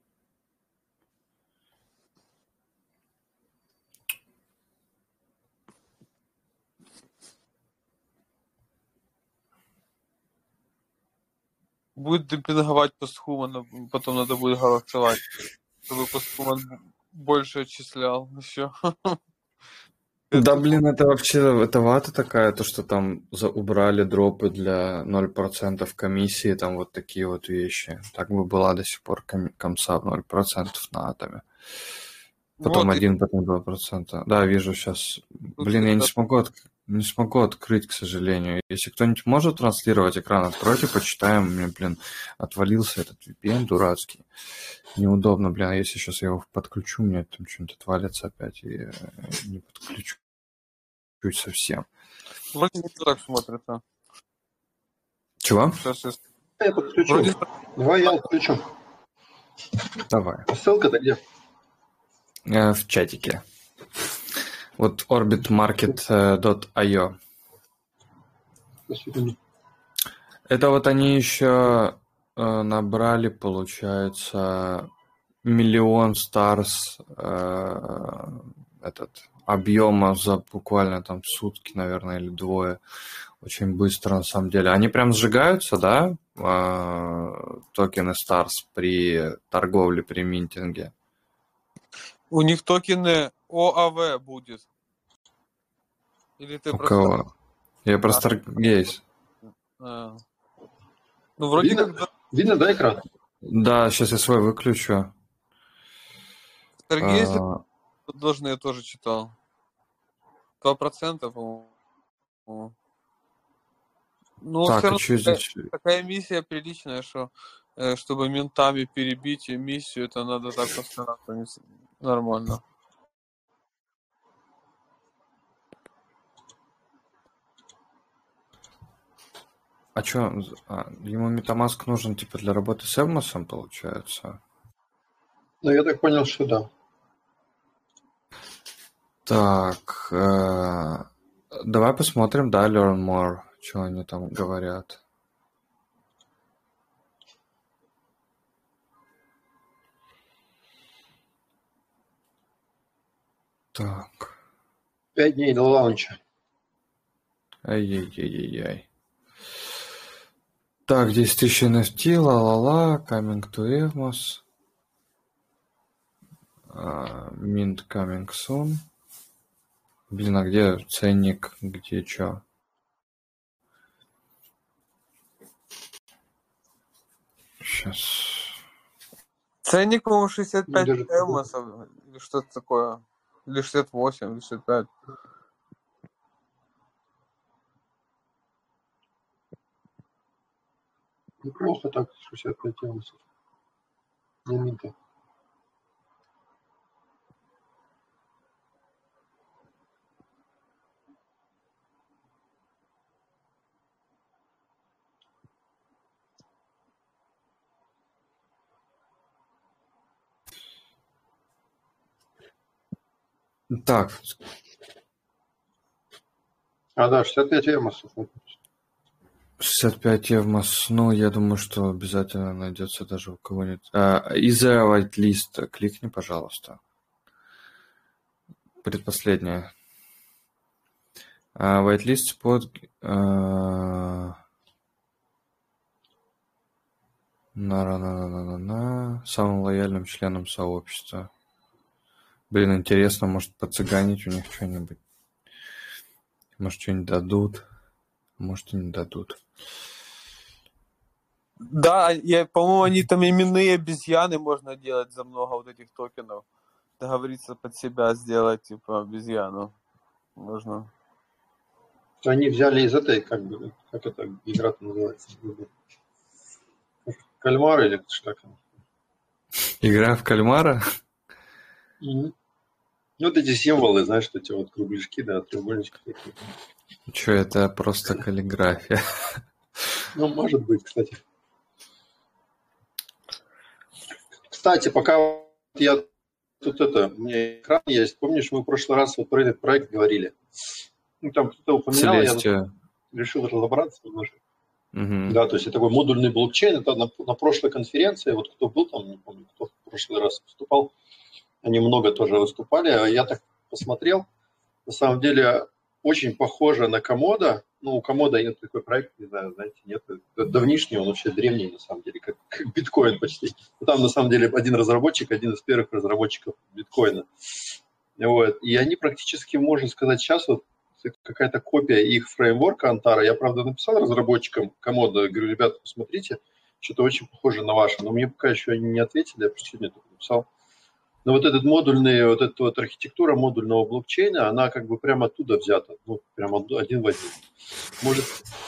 Будет демпинговать постхумана, потом надо будет голосовать, чтобы постхуман больше отчислял еще. Да, блин, это вообще, это вата такая, то, что там за, убрали дропы для ноль процентов комиссии, там вот такие вот вещи. Так бы была до сих пор ком- комса в ноль процентов на атоме. Потом Вот, и один, потом два процента. Да, вижу сейчас. тут Блин, я не это- смогу, от- не смогу открыть, к сожалению. Если кто-нибудь может транслировать экран, откройте, почитаем. У меня, блин, отвалился этот ви пи эн дурацкий. Неудобно, блин, а если сейчас я его подключу, мне там что-нибудь отвалится опять, и э, не подключу совсем. вроде не так смотрится. Чего? Сейчас, сейчас. Я подключу. Вроде Давай я подключу. Давай. А ссылка-то где? Э, в чатике. Вот орбит маркет точка ай о. Секунду. Это вот они еще э, набрали, получается, миллион старс э, этот объема за буквально там сутки, наверное, или двое. Очень быстро, на самом деле. Они прям сжигаются, да, э, токены старс при торговле, при минтинге? у них токены о а вэ будет. Или ты У просто... кого? Я про А. Stargaze. А. Ну, вроде Видно? как да. Видно, да, экран? Да, сейчас я свой выключу. Stargaze А, должны, я тоже читал. Два процента, по-моему. Ну, так, все а равно что такая, здесь? такая миссия приличная, что э, чтобы ментами перебить миссию, это надо так постараться. не с- Нормально. А что, ему MetaMask нужен типа для работы с Эвмосом, получается? Ну, я так понял, что да. Так, э, давай посмотрим, да, Learn More, что они там говорят. Так, Пять дней до лаунча. ай-яй-яй-яй. Так, десять тысяч эн эф ти, ла-ла-ла, coming to Evmos. А, Mint coming soon. Блин, а где ценник, где что? Сейчас. Ценник, по-моему, шестьдесят Ну, пять даже эмосов, или что-то такое. Или шестьдесят восемь, или шестьдесят пять. неплохо так, шестьдесят пять евусов. Не минта. Так, А, да, шестьдесят пять евусов. шестьдесят пять Евмос, ну, я думаю, что обязательно найдется даже у кого-нибудь. А, из-за whitelist кликни, пожалуйста. Предпоследняя. А, whitelist под... а, на-на-на-на-на-на, самым лояльным членом сообщества. Блин, интересно, может поцыганить у них что-нибудь. Может, что-нибудь дадут. Может, и не дадут. Да, я, по-моему, они там именные обезьяны можно делать за много вот этих токенов. Договориться под себя сделать, типа, обезьяну. Можно. Они взяли из этой, как бы, как это игра называется? Кальмар или что там? Игра в кальмара? Мгм. Ну, вот эти символы, знаешь, эти вот кругляшки, да, треугольнички такие. Че, это просто каллиграфия. Ну, может быть, кстати. Кстати, пока я тут это, у меня экран есть, помнишь, мы в прошлый раз вот про этот проект говорили? Ну, там кто-то упоминал, я тут Целестия. решил разобраться немножко. Мгм. Да, то есть это такой модульный блокчейн. Это на, на прошлой конференции, вот кто был там, не помню, кто в прошлый раз выступал, они много тоже выступали. А я так посмотрел, на самом деле очень похоже на Комодо. Ну, у Комодо нет такой проект, не знаю, знаете, нет. Это давнишний, он вообще древний, на самом деле, как, как биткоин почти. Но там, на самом деле, один разработчик, один из первых разработчиков биткоина. Вот. И они практически, можно сказать, сейчас вот какая-то копия их фреймворка Антара. Я, правда, написал разработчикам Комодо, говорю, ребята, посмотрите, что-то очень похоже на ваше. Но мне пока еще они не ответили, я просто сегодня только написал. Но вот этот модульный, вот эта вот архитектура модульного блокчейна, она как бы прямо оттуда взята, ну, прямо один в один. Может,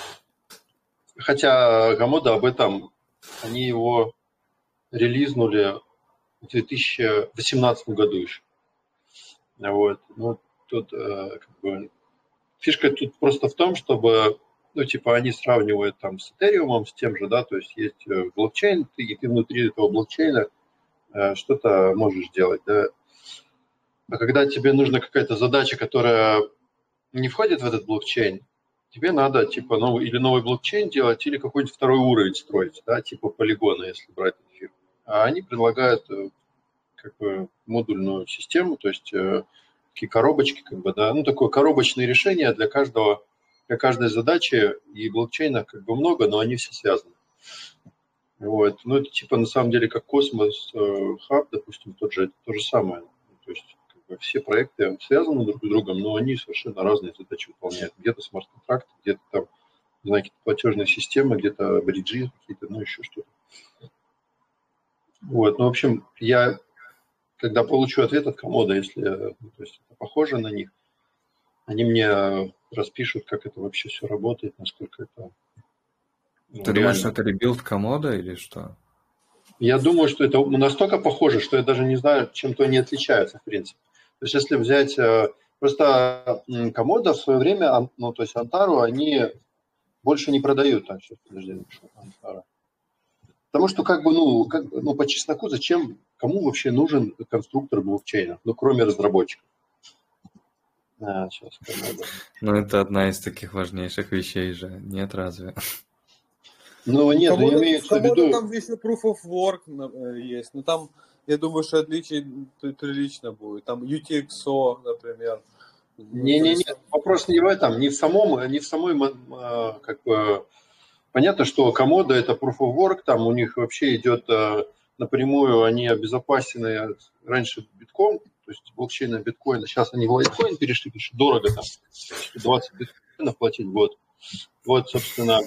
хотя Комодо об этом, они его релизнули в две тысячи восемнадцатом году еще. Вот. Ну, тут э, как бы фишка тут просто в том, чтобы, ну, типа, они сравнивают там с Ethereum, с тем же, да, то есть есть блокчейн, ты, и ты внутри этого блокчейна э, что-то можешь делать, да. А когда тебе нужна какая-то задача, которая не входит в этот блокчейн, тебе надо, типа, новый, или новый блокчейн делать, или какой-нибудь второй уровень строить, да, типа полигона, если брать эфир. А они предлагают как бы модульную систему, то есть э, такие коробочки, как бы, да, ну, такое коробочное решение для каждого, для каждой задачи, и блокчейна как бы много, но они все связаны. Вот. Ну, это типа на самом деле как Космос э, Хаб, допустим, тот же, это то же самое. То есть как бы, все проекты связаны друг с другом, но они совершенно разные задачи выполняют. Где-то смарт-контракты, где-то там, не знаю, какие-то платежные системы, где-то бриджи какие-то, ну, еще что-то. Вот. Ну, в общем, я когда получу ответ от Комодо, если ну, то есть это похоже на них, они мне распишут, как это вообще все работает, насколько это ну, Ты думаешь, реально. что это ребилд Комодо или что? Я думаю, что это настолько похоже, что я даже не знаю, чем-то они отличаются, в принципе. То есть если взять... Просто Комодо в свое время, ну, то есть Антару, они больше не продают. Так, сейчас, подожди, Антара. Потому что, как бы, ну, как, ну, по чесноку, зачем, кому вообще нужен конструктор блокчейна, ну, кроме разработчиков? А, сейчас, Комодо. Ну, это одна из таких важнейших вещей же. Нет, разве? Ну, нет, Комодо, ну, имеется в виду... там еще Proof of Work есть, но там, я думаю, что отличий прилично будет. Там ю ти экс о, например. Не-не-не, вопрос не в этом, не в самом, не в самой, как бы... Понятно, что Комодо это Proof of Work, там у них вообще идет напрямую, они обезопасены раньше битком, то есть блокчейна биткоина. Сейчас они в лайткоин перешли, потому что дорого там, двадцать биткоинов платить в год. Вот, собственно,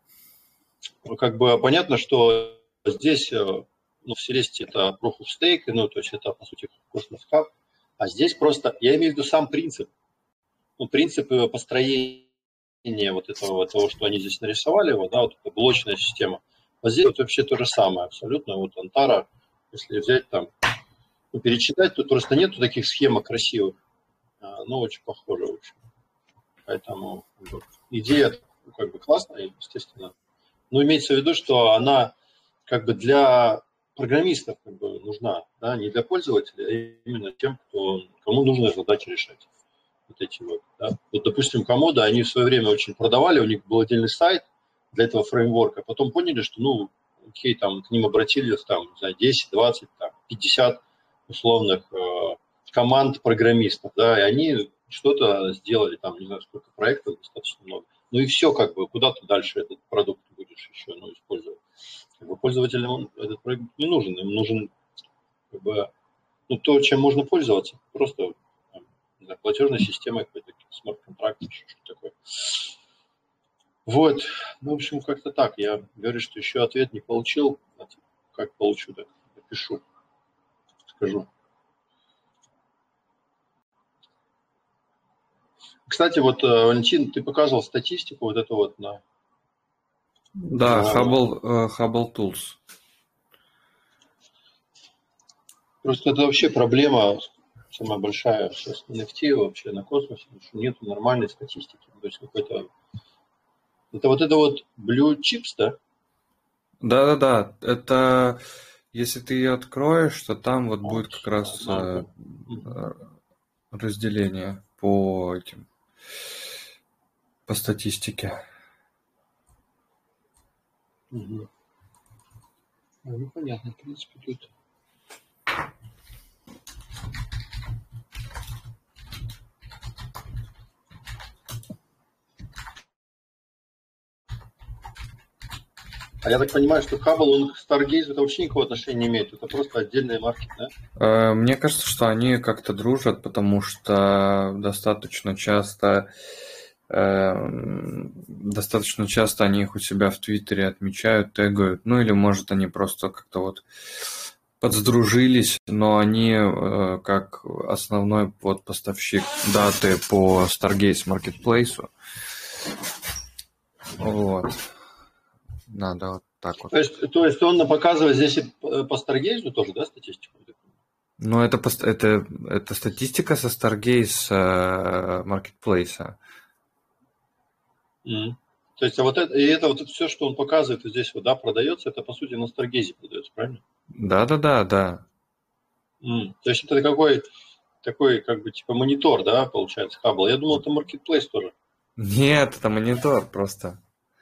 как бы понятно, что здесь, ну, в Селесте это Proof of Stake, ну, то есть это, по сути, Cosmos Hub, а здесь просто, я имею в виду сам принцип, ну, принцип построения вот этого, того, что они здесь нарисовали, вот, да, вот эта блочная система. А здесь вот вообще то же самое абсолютно. Вот Антара, если взять там, ну, перечитать, тут просто нету таких схемок красивых, но очень похоже, в общем. Поэтому вот, идея ну, как бы классная, естественно. Но имеется в виду, что она как бы для программистов как бы нужна, да, не для пользователей, а именно тем, кто, кому нужно задачи решать. Вот эти вот, да. Вот, допустим, Комодо, они в свое время очень продавали, у них был отдельный сайт для этого фреймворка, потом поняли, что, ну, окей, там, к ним обратились, там, не знаю, десять, двадцать, там, пятьдесят условных э, команд программистов, да, и они что-то сделали, там, не знаю, сколько проектов, достаточно много. Ну и все, как бы, куда ты дальше этот продукт будешь еще, ну, использовать. Как бы, пользователям этот проект не нужен, им нужен, как бы, ну, то, чем можно пользоваться, просто да, платежной системой, какой-то смарт-контракт, что-то такое. Вот, ну, в общем, как-то так. Я говорю, что еще ответ не получил. Как получу, так напишу, скажу. Кстати, вот, Валентин, ты показывал статистику вот эту вот на... Да, на... Hubble, uh, Hubble Tools. Просто это вообще проблема самая большая сейчас на эн эф ти вообще на космосе, потому что нет нормальной статистики. То есть какой-то... Это вот это вот Blue Chips, да? Да-да-да, это если ты ее откроешь, то там вот будет как раз Да, э, да. разделение по этим, по статистике. Угу. Ну, понятно, в принципе, тут... А я так понимаю, что Хаббл, он к Stargaze это вообще никакого отношения не имеет, это просто отдельные марки, да? Э, Мне кажется, что они как-то дружат, потому что достаточно часто э, достаточно часто они их у себя в Твиттере отмечают, тегают, ну или может они просто как-то вот подсдружились, но они э, как основной вот поставщик даты по Stargaze Marketplace. Вот. Надо вот так вот. То есть, то есть он показывает здесь и по Stargaze тоже, да, статистику? Ну, это, пост- это, это статистика со Stargaze э, Marketplace. Mm. То есть, а вот это, и это вот это все, что он показывает вот здесь вот, да, продается, это по сути на Stargaze продается, правильно? Да-да-да, да. Mm. То есть это какой такой, как бы, типа монитор, да, получается, Hubble. Я думал, это Marketplace тоже. Нет, это монитор просто.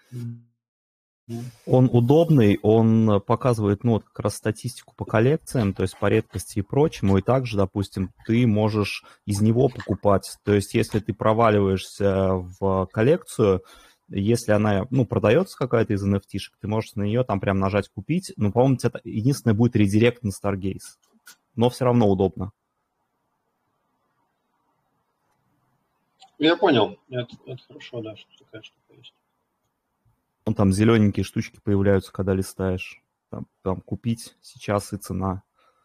Он удобный, он показывает, ну, вот как раз статистику по коллекциям, то есть по редкости и прочему, и также, допустим, ты можешь из него покупать, то есть если ты проваливаешься в коллекцию, если она, ну, продается какая-то из эн эф ти-шек, ты можешь на нее там прям нажать «Купить», ну, по-моему, это единственное будет редирект на Stargaze, но все равно удобно. Я понял, это, это хорошо, да, что такая штука есть. Ну, там зелененькие штучки появляются, когда листаешь. Там, там купить сейчас и цена.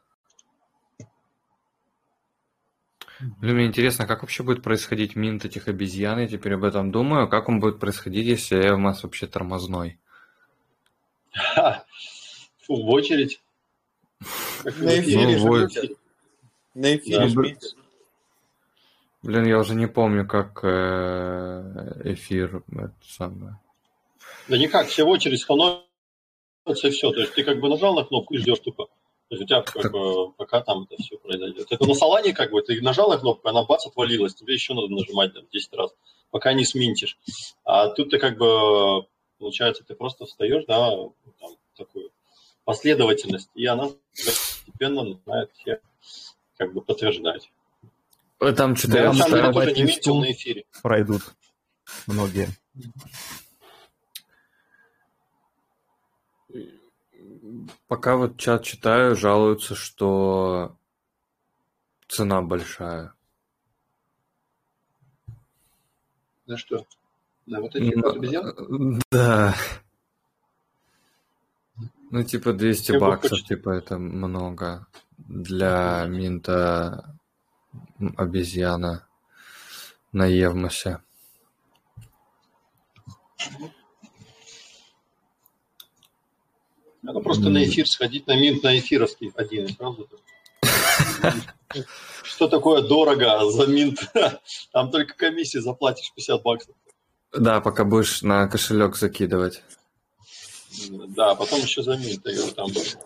Блин, мне интересно, как вообще будет происходить минт этих обезьян, я теперь об этом думаю. Как он будет происходить, если Эвмас вообще тормозной? Ха. Фу, в очередь. Как На эфире Ну, же вот. мутят. На эфире Да. ж Ну, мутят. Блин, я уже не помню, как э, эфир это самое. Да никак, все в очередь становятся и все. То есть ты как бы нажал на кнопку и ждешь тупо. То есть у тебя как бы пока там это все произойдет. Это на Солане как бы ты нажал на кнопку, она бац, отвалилась. Тебе еще надо нажимать там, десять раз, пока не сминтишь. А тут ты как бы, получается, ты просто встаешь, да, там, такую последовательность, и она постепенно начинает все как бы подтверждать. Там что-то Я я на самом деле читаю. тоже не Листу минтил на эфире. Пройдут многие. Пока вот чат читаю, жалуются, что цена большая. На что? На вот этих вот обезьян? Ну, да. Ну, типа двести Как бы баксов, хочется. типа это много для минта обезьяна на Евмосе. Надо просто на эфир сходить, на минт, на эфировский один и сразу. Что такое дорого за минт? Там только комиссии заплатишь пятьдесят баксов. Да, пока будешь на кошелек закидывать. Да, потом еще за минт. Я говорю, там...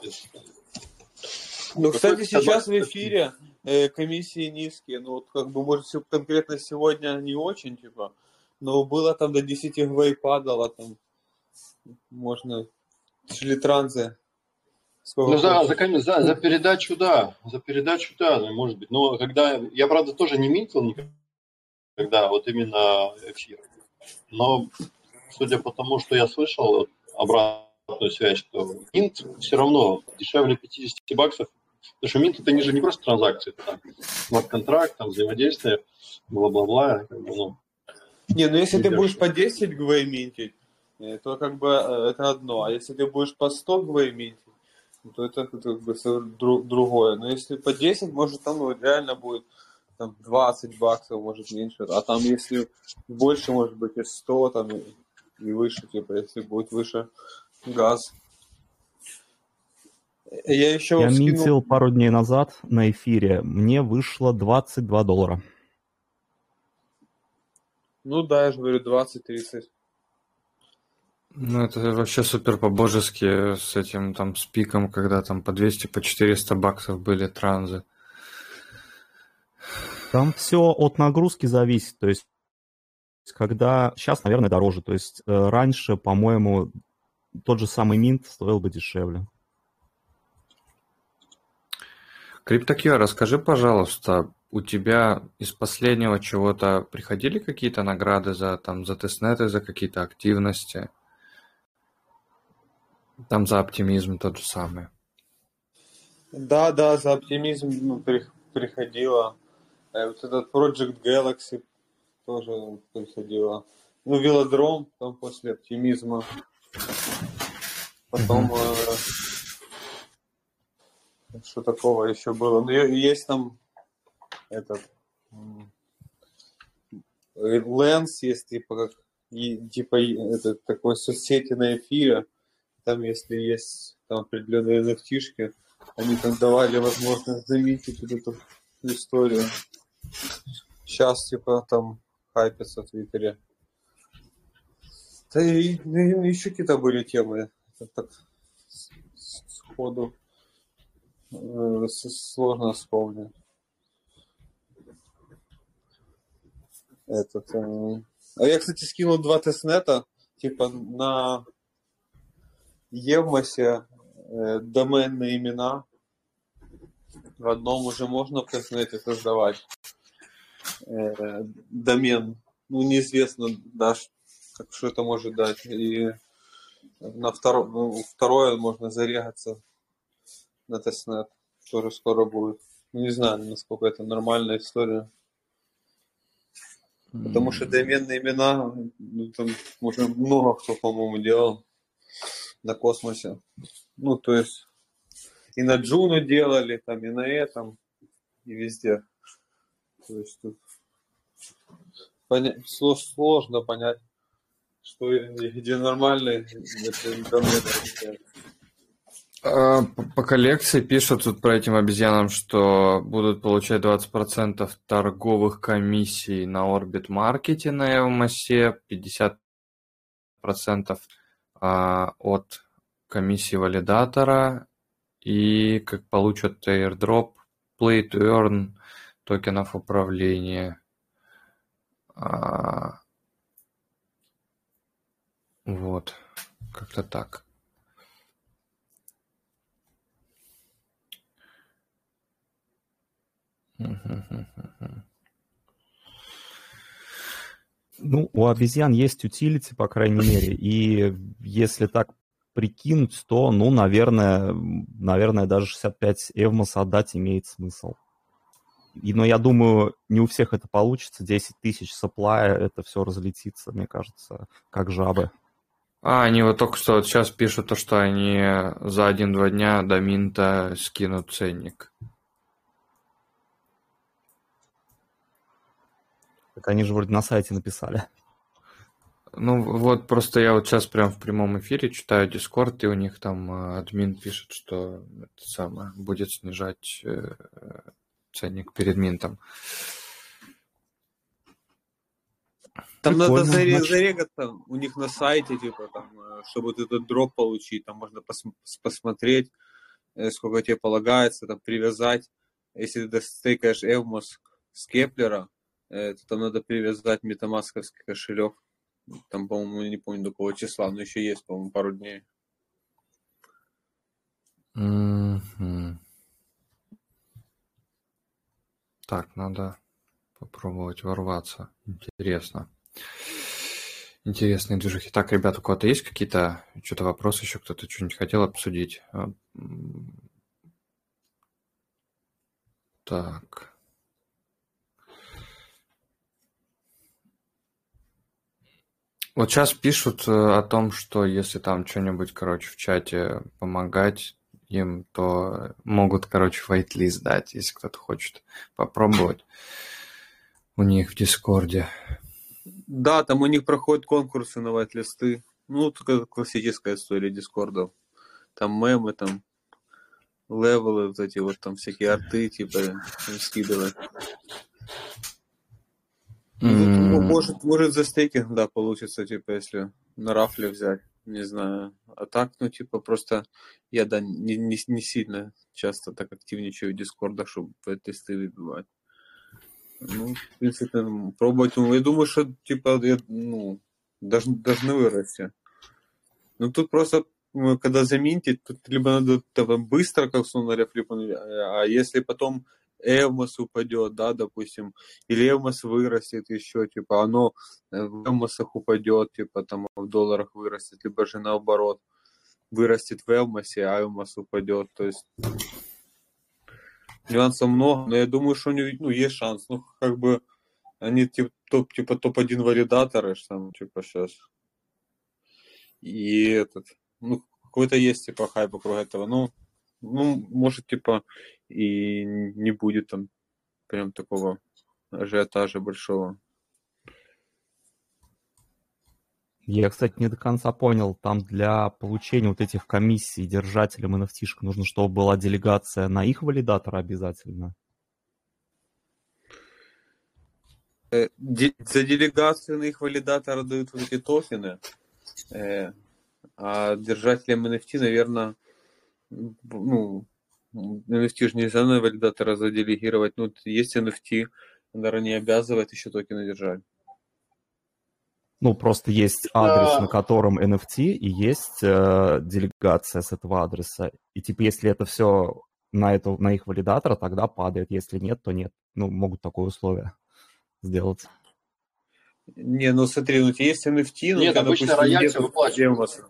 Ну, кстати, Какой-то сейчас в собак- эфире э, комиссии низкие. Ну, вот как бы, может, всё конкретно сегодня не очень, типа. Но было там до десяти гвей падало, там можно шли транзы. Сколько Ну, за, хочешь. за, коми- за, за передачу, да. За передачу, да, ну, может быть. Но когда... Я, правда, тоже не минтил никогда, вот именно эфир. Но, судя по тому, что я слышал, обратную связь, что минт все равно дешевле пятьдесят баксов. Потому что минт это не же не просто транзакции, это там смарт-контракт, там взаимодействие, бла-бла-бла. Как бы, ну, Не, ну если ты Идёшь. будешь по десять гвей минтить, э, то как бы э, это одно. А если ты будешь по сто гвей минтить, то это, это как бы совсем дру- другое. Но если по десять, может там ну, реально будет там двадцать баксов, может меньше. А там если больше, может быть и сто там и, и выше, типа если будет выше газ. Я еще Я скинул... минтил пару дней назад на эфире. Мне вышло двадцать два доллара. Ну да, я же говорю, двадцать-тридцать. Ну, это вообще супер по-божески с этим там с пиком, когда там по двести, по четыреста баксов были транзы. Там все от нагрузки зависит. То есть, когда... Сейчас, наверное, дороже. То есть, э, раньше, по-моему, тот же самый минт стоил бы дешевле. CryptoQ, расскажи, пожалуйста, у тебя из последнего чего-то приходили какие-то награды за, там, за тестнеты, за какие-то активности? Там за оптимизм тот же самый. Да, да, за оптимизм ну, при- приходило. Э, вот этот Project Galaxy тоже приходило. Ну, велодром там после оптимизма. Потом Мгм. э, что такого еще было? Ну, е- есть там этот м, Lens, есть типа как и- типа и- это такой соцсети на эфире. Там, если есть там определенные эн эф ти-шки, они там давали возможность заметить вот эту историю. Сейчас, типа, там хайпится в Твиттере. Да и, ну, и еще какие-то были темы. Это так с- с- сходу э, с- сложно вспомнить. Этот, э, А я, кстати, скинул два тестнета, типа на Евмосе э, доменные имена. В одном уже можно в тестнете создавать э, домен. Ну, неизвестно даже, как, что это может дать. И на второ, ну, второе можно зарегаться на тестнет. Тоже скоро будет. Ну, не знаю, насколько это нормальная история. Потому что доменные имена, ну, там уже много кто, по-моему, делал на космосе. Ну, то есть и на Джуну делали, там, и на этом, и везде. То есть тут поня- сло- сложно понять, что и- где нормальные это домены. А, По по коллекции пишут тут про этим обезьянам, что будут получать двадцать процентов торговых комиссий на Orbit Market на Эвмосе, пятьдесят процентов а, от комиссии валидатора и как получат airdrop play to earn токенов управления. А, Вот, как-то так. Мгм. Ну, у обезьян есть утилити, по крайней мере, и если так прикинуть, то, ну, наверное, м, наверное, даже шестьдесят пять Эвмос отдать имеет смысл. И, но я думаю, не у всех это получится. десять тысяч сапплая, это все разлетится, мне кажется, как жабы. А, они вот только что вот сейчас пишут, то, что они за один-два дня до минта скинут ценник. Так они же вроде на сайте написали. Ну вот просто я вот сейчас прям в прямом эфире читаю Discord, и у них там э, админ пишет, что это самое будет снижать э, ценник перед минтом. Там надо Прикольно, заре- значит. зарегаться у них на сайте, типа, там, э, чтобы вот этот дроп получить, там можно пос- посмотреть, э, сколько тебе полагается, там, привязать. Если ты стейкаешь Эвмос с Кеплера, э, то там надо привязать метамасковский кошелек. Там, по-моему, не помню до какого числа, но еще есть, по-моему, пару дней. Мгм. Так, надо попробовать ворваться. Интересно. Интересные движухи. Так, ребята, у кого-то есть какие-то что-то вопросы еще? Кто-то что-нибудь хотел обсудить? А, м, Так. Вот сейчас пишут э, о том, что если там что-нибудь, короче, в чате помогать им, то могут, короче, вайт-лист дать, если кто-то хочет попробовать у них в Дискорде. Да, там у них проходят конкурсы на вайт-листы. Ну, такая классическая история Дискорда. Там мемы, там левелы, вот эти вот там всякие арты, типа, скидывать. Ну, может, может за стейкинг, да, получится, типа, если на рафле взять, не знаю. А так, ну, типа, просто я, да, не, не, не сильно часто так активничаю в дискордах, чтобы тесты выбивать. Ну, в принципе, пробовать, ну, я думаю, что, типа, я, ну, должны, должны вырасти. Ну, тут просто, когда заминтить, тут либо надо типа, быстро, как сонаря флипануть, а если потом Эвмос упадет, да, допустим, или Эвмос вырастет еще, типа, оно в Эвмосах упадет, типа, там, в долларах вырастет, либо же наоборот, вырастет в Эвмосе, а Эвмос упадет, то есть нюансов много, но я думаю, что у него, ну, есть шанс, ну, как бы, они, типа, топ, типа, топ-один валидаторы, там, типа, сейчас, и этот, ну, какой-то есть, типа, хайп вокруг этого, ну, ну, может, типа, и не будет там прям такого ажиотажа большого. Я, кстати, не до конца понял, там для получения вот этих комиссий держателям эн эф ти-шек нужно, чтобы была делегация на их валидатора обязательно? За делегацию на их валидатора дают вот эти токены, а держателям эн эф ти, наверное, ну, эн эф ти же нельзя на валидатора заделегировать, ну, есть эн эф ти, наверное, не обязывает еще токены держать. Ну, просто есть адрес, на котором эн эф ти, и есть э, делегация с этого адреса. И типа, если это все на, это, на их валидатора, тогда падает. Если нет, то нет. Ну, могут такое условие сделать. Не, ну смотри, ну у тебя есть эн эф ти, но нет, у тебя, обычно допустим, роялти нету выплачивают. Эвмоса.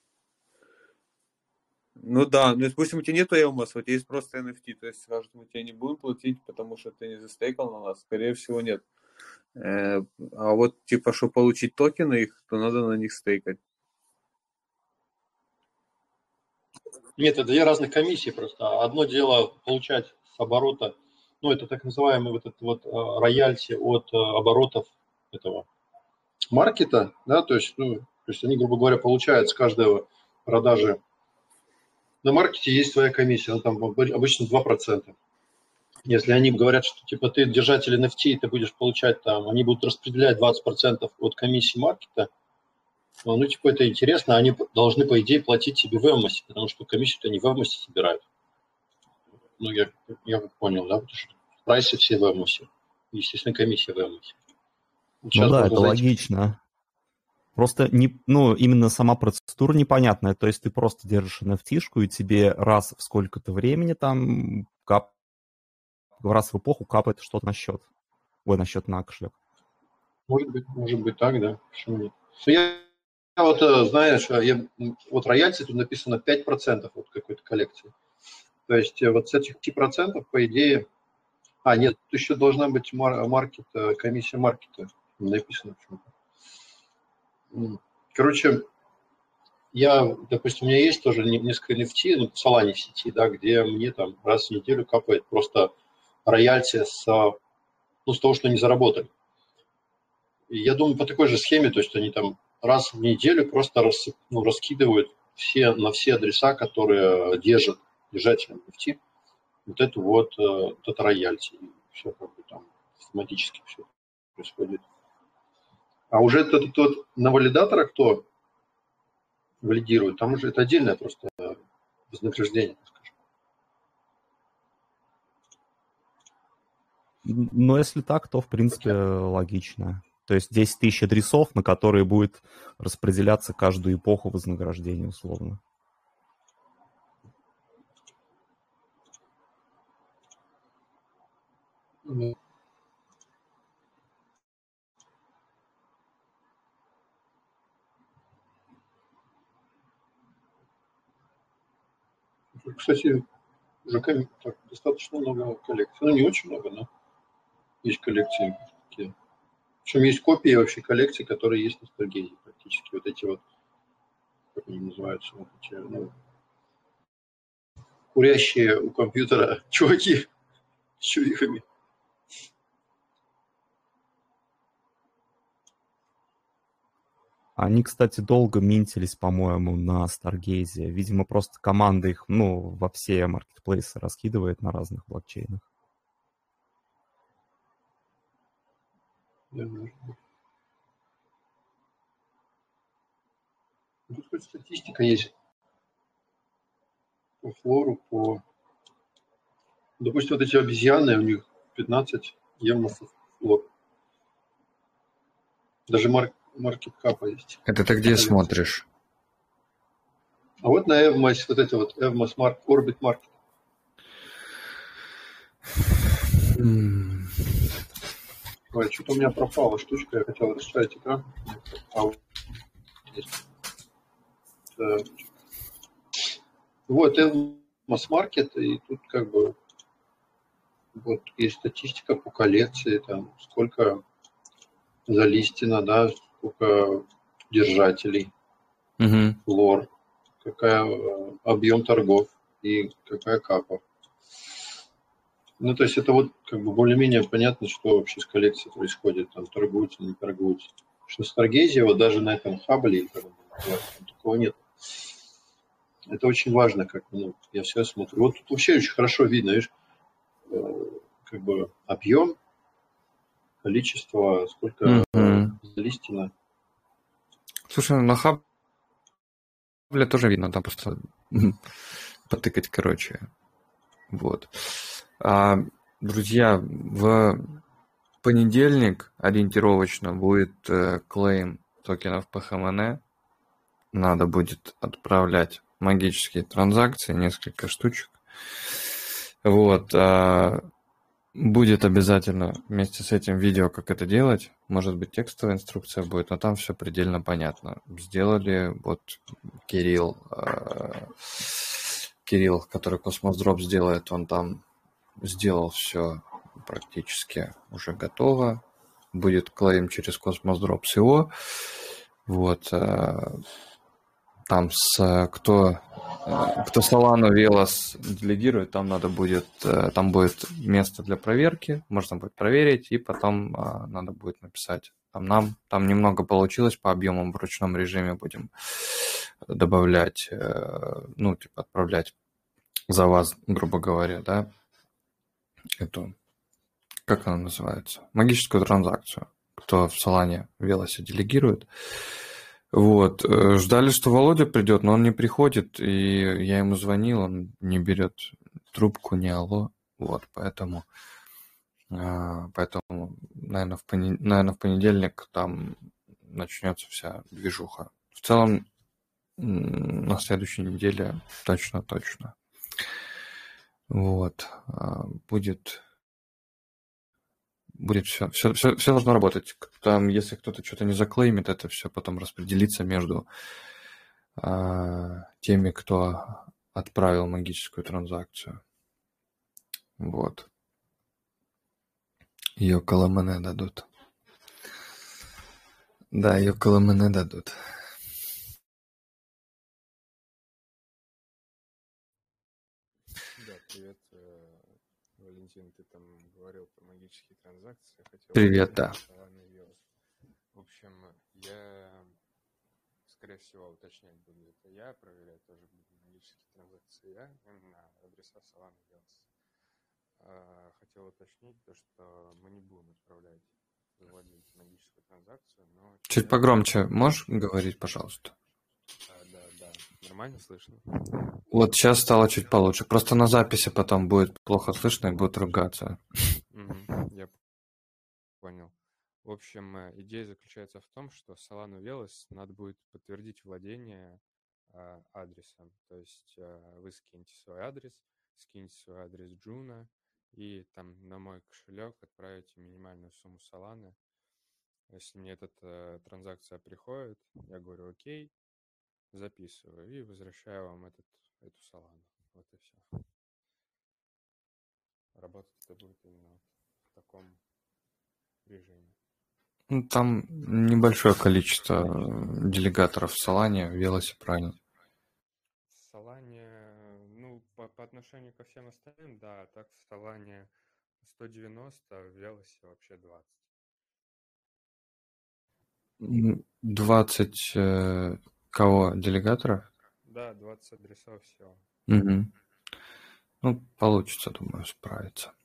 Ну да, ну допустим, у тебя нету Эвмоса, у тебя есть просто эн эф ти, то есть скажут, мы тебе не будем платить, потому что ты не застейкал на нас, скорее всего, нет. А вот, типа, чтобы получить токены их, то надо на них стейкать. Нет, это две разных комиссии просто. Одно дело получать с оборота, ну, это так называемый вот этот вот роялти от оборотов этого маркета, да, то есть, ну, то есть они, грубо говоря, получают с каждого продажи. На маркете есть своя комиссия, она там обычно два процента. Если они говорят, что типа ты держатель эн эф ти, ты будешь получать там, они будут распределять двадцать процентов от комиссии маркета, ну, типа, это интересно, они должны, по идее, платить себе в Эвмосе, потому что комиссию-то они в Эвмосе собирают. Ну, я, я как понял, да, потому что в прайсе все в Эвмосе. Естественно, комиссия в Эвмосе. Ну да, это зайти... логично. Просто не, ну, именно сама процедура непонятная. То есть ты просто держишь эн эф ти-шку, и тебе раз в сколько-то времени там кап... раз в эпоху капает что-то на счет. Ой, на счет на кошелек. Может быть, может быть так, да. Почему нет? Я, я вот, знаешь, я, вот роялти тут написано пять процентов от какой-то коллекции. То есть вот с этих пяти процентов, по идее... А, нет, тут еще должна быть маркет, комиссия маркета. Написано почему-то. Короче, я, допустим, у меня есть тоже несколько эн эф ти, ну, в Solana сети, да, где мне там раз в неделю капает просто роялти с, ну, с того, что они заработали. И я думаю, по такой же схеме, то есть они там раз в неделю просто рас, ну, раскидывают все, на все адреса, которые держат держатель эн эф ти, вот это вот, вот это роялти. И все как бы там автоматически все происходит. А уже этот, тот на валидатора кто валидирует, там уже это отдельное просто вознаграждение, так скажем. Но если так, то в принципе логично. То есть десять тысяч адресов, на которые будет распределяться каждую эпоху вознаграждения, условно. Mm-hmm. Кстати, уже так, достаточно много коллекций. Ну, не очень много, но есть коллекции такие. Причем есть копии вообще коллекций, которые есть на Старгейзе практически. Вот эти вот, как они называются, вот эти, ну, курящие у компьютера чуваки с чувихами. Они, кстати, долго минтились, по-моему, на Stargaze. Видимо, просто команда их, ну, во все маркетплейсы раскидывает на разных блокчейнах. Да, может быть. Тут хоть статистика есть по флору, по... Допустим, вот эти обезьяны, у них пятнадцать евмосов флор. Даже марк, маркет капа есть. Это ты где смотришь? А вот на Evmos, вот это вот Evmos Mark, Orbit Market. М. Ой, что-то у меня пропала штучка, я хотел расширить экран. А вот есть. Так. Вот Evmos Market, и тут как бы вот есть статистика по коллекции, там сколько залистено, да, сколько держателей, Мгм. лор, какая э, объем торгов и какая капа. Ну, то есть это вот как бы более-менее понятно, что вообще с коллекцией происходит, там торгуются, не торгуются. Что с Stargaze, вот даже на этом хабле, как он называется, там такого нет. Это очень важно, как ну, я все смотрю. Вот тут вообще очень хорошо видно, видишь, э, как бы объем, количество, сколько э, Мгм. залистено. Слушай, на хабле тоже видно, там просто потыкать, короче. Вот. А, друзья, в понедельник ориентировочно будет э, клейм токенов пи эйч эм эн и. Надо будет отправлять магические транзакции, несколько штучек. Вот. а, Будет обязательно вместе с этим видео, как это делать. Может быть, текстовая инструкция будет, но там все предельно понятно. Сделали вот Кирилл, э, Кирилл, который Cosmos Drop сделает, он там сделал все практически уже готово. Будет клейм через Cosmos Drop точка io. Вот. э, Там с кто э, кто Solana Velos делегирует, там надо будет, э, там будет место для проверки, можно будет проверить, и потом а, надо будет написать. Там нам, там немного получилось по объемам в ручном режиме будем добавлять, э, ну, типа отправлять за вас, грубо говоря, да, эту, как она называется, магическую транзакцию, кто в Solana Velos делегирует. Вот. э, Ждали, что Володя придет, но он не приходит, и я ему звонил, он не берет трубку, не алло. Вот, поэтому, а, поэтому, наверное, в, понед... наверное, в понедельник там начнется вся движуха. В целом, м, на следующей неделе точно-точно. Вот. а, Будет, будет все, все, все, все должно работать. Там, если кто-то что-то не заклеймит, это все потом распределится между а, теми, кто отправил магическую транзакцию. Вот. Ее коломене дадут. Да, ее коломене дадут. Да, привет, э, Валентин, ты там говорил про магические транзакции, хотел Привет, да. уточнить Solana Velos. В общем, я, скорее всего, уточнять буду, это я, проверять тоже буду магические транзакции я на адреса Solana Velos. А, Хотел уточнить то, что мы не будем отправлять владельцу магическую транзакцию, но... Чуть человек- погромче можешь говорить, пожалуйста? А, да, да, нормально слышно? Вот сейчас стало чуть получше. Просто на записи потом будет плохо слышно и будет ругаться. Мгм, я понял. В общем, э, идея заключается в том, что Solana Velos надо будет подтвердить владение а, адресом. То есть а, вы скиньте свой адрес, скиньте свой адрес Джуна и там на мой кошелек отправите минимальную сумму Solana. Если мне эта э, транзакция приходит, я говорю окей, записываю и возвращаю вам этот, эту Solana. Вот и все. Работать это будет именно в таком режиме. Ну, там небольшое количество э, делегаторов в Solana, в Велосе, правильно. В Solana, ну, по, по отношению ко всем остальным, да, а так в Solana сто девяносто, а в Велосе вообще двадцать. М, двадцать э, кого? Делегаторов? Да, двадцать адресов всего. Угу. Ну, получится, думаю, справиться.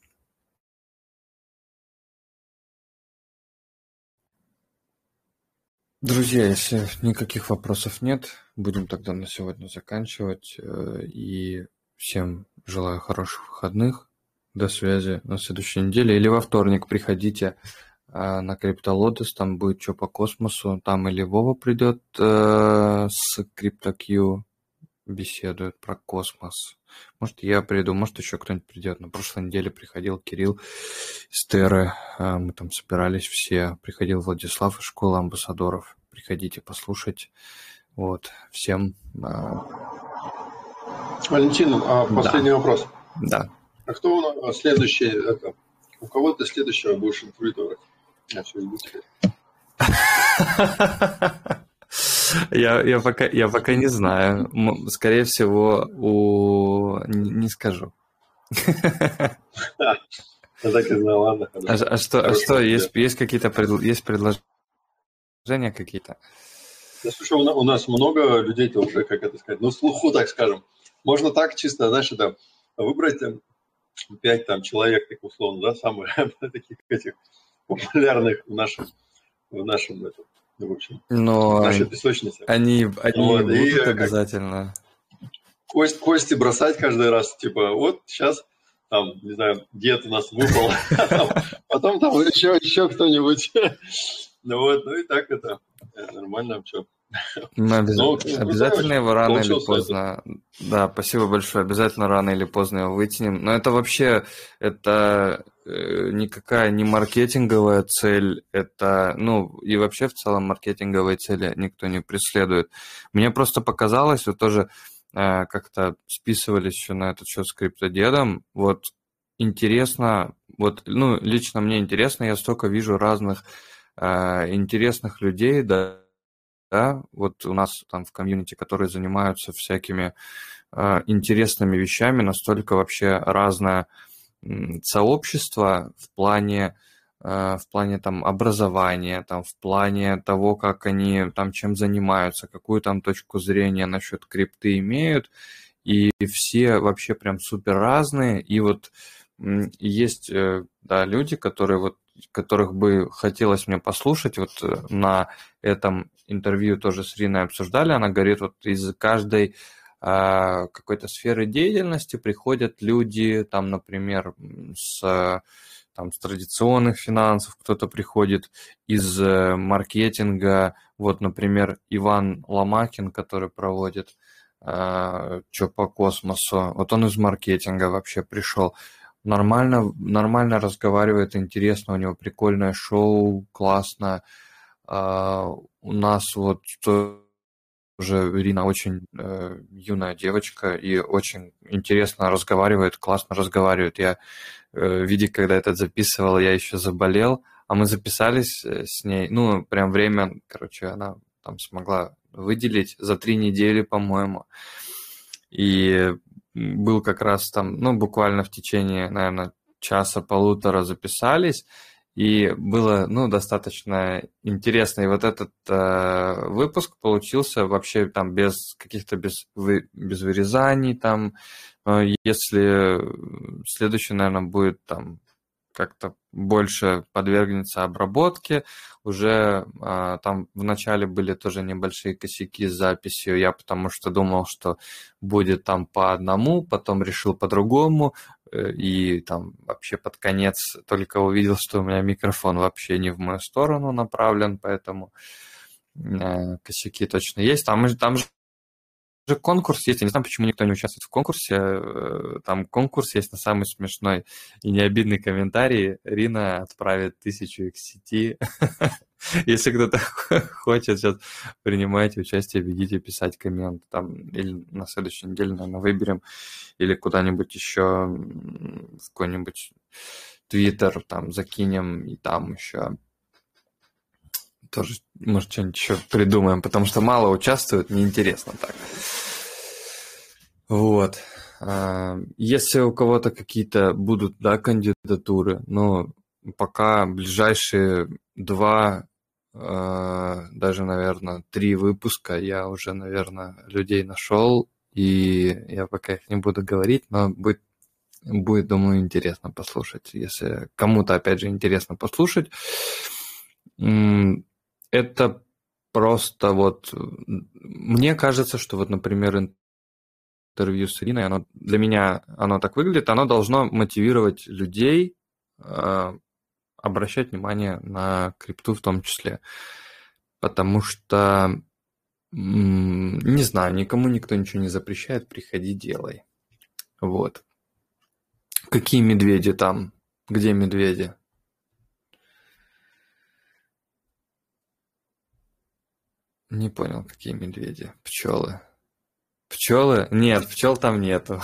Друзья, если никаких вопросов нет, будем тогда на сегодня заканчивать. И всем желаю хороших выходных. До связи на следующей неделе. Или во вторник приходите на CryptoLotus, там будет что по космосу. Там или Вова придет э, с CryptoQ, беседует про космос. Может, я приду, может, еще кто-нибудь придет. На прошлой неделе приходил Кирилл из Терры. Мы там собирались все. Приходил Владислав из школы амбассадоров. Приходите послушать. Вот. Всем... Валентин, а последний да. вопрос. Да. А кто у нас следующий? Это, у кого ты следующего будешь интервьюировать? Я все жду теперь. Я, я, пока, я пока не знаю. Скорее всего, у... не, не скажу. Я так и знал, ладно. А, а что, а что есть, есть какие-то пред, есть предложения какие-то? Да, слушай, у нас много людей-то уже, как это сказать, ну, слуху, так скажем. Можно так чисто, знаешь, это выбрать пять там человек, так условно, да, самых таких этих популярных в нашем, в нашем, этом, в общем, но в нашей песочнице. Они, они вот, будут и, обязательно. Кость, кости бросать каждый раз, типа, вот сейчас, там, не знаю, дед у нас выпал, потом там еще, еще кто-нибудь. Ну вот, ну и так это нормально, что. Мы обяз... ну, обязательно его рано или поздно. Это. Да, спасибо большое. Обязательно рано или поздно его вытянем. Но это вообще это э, никакая не маркетинговая цель. Это, ну, и вообще в целом маркетинговые цели никто не преследует. Мне просто показалось, вот тоже э, как-то списывались еще на этот счет с криптодедом. Вот интересно, вот, ну, лично мне интересно, я столько вижу разных э, интересных людей, да. Да, вот у нас там в комьюнити, которые занимаются всякими э, интересными вещами, настолько вообще разное м, сообщество в плане, э, в плане там образования, там, в плане того, как они там чем занимаются, какую там точку зрения насчет крипты имеют, и все вообще прям супер разные, и вот м, есть э, да, люди, которые вот которых бы хотелось мне послушать, вот на этом интервью тоже с Риной обсуждали, она говорит, вот из каждой э, какой-то сферы деятельности приходят люди, там, например, с, там, с традиционных финансов, кто-то приходит из э, маркетинга, вот, например, Иван Ломакин, который проводит э, «Чё по космосу», вот он из маркетинга вообще пришел. Нормально, нормально разговаривает, интересно, у него прикольное шоу, классно. Uh, у нас вот тоже Ирина очень uh, юная девочка и очень интересно разговаривает, классно разговаривает. Я, uh, видя, когда этот записывал, я еще заболел, а мы записались с ней, ну, прям время, короче, она там смогла выделить за три недели, по-моему. И был как раз там, ну, буквально в течение, наверное, часа-полутора записались, и было, ну, достаточно интересно. И вот этот э, выпуск получился вообще там без каких-то, без, вы, без вырезаний там. Но если следующий, наверное, будет там как-то больше подвергнется обработке. Уже а, там вначале были тоже небольшие косяки с записью. Я потому что думал, что будет там по одному, потом решил по-другому. И там вообще под конец только увидел, что у меня микрофон вообще не в мою сторону направлен, поэтому э, косяки точно есть. Там, там же конкурс есть, я не знаю, почему никто не участвует в конкурсе. Там конкурс есть на самый смешной и необидный комментарий. Рина отправит тысячу икс си ти. Если кто-то хочет сейчас принимать участие, бегите писать коммент. Там, или на следующей неделе, наверное, выберем. Или куда-нибудь еще в какой-нибудь Твиттер там закинем. И там еще тоже, может, что-нибудь еще придумаем, потому что мало участвуют, неинтересно так. Вот. Если у кого-то какие-то будут, да, кандидатуры, но пока ближайшие два даже, наверное, три выпуска я уже, наверное, людей нашел, и я пока их не буду говорить, но будет, будет, думаю, интересно послушать. Если кому-то, опять же, интересно послушать, это просто вот... Мне кажется, что вот, например, интервью с Ириной, оно, для меня оно так выглядит, оно должно мотивировать людей э, обращать внимание на крипту в том числе. Потому что, м, не знаю, никому никто ничего не запрещает, приходи, делай. Вот. Какие медведи там? Где медведи? Не понял, какие медведи. Пчелы. Пчелы? Нет, пчел там нету.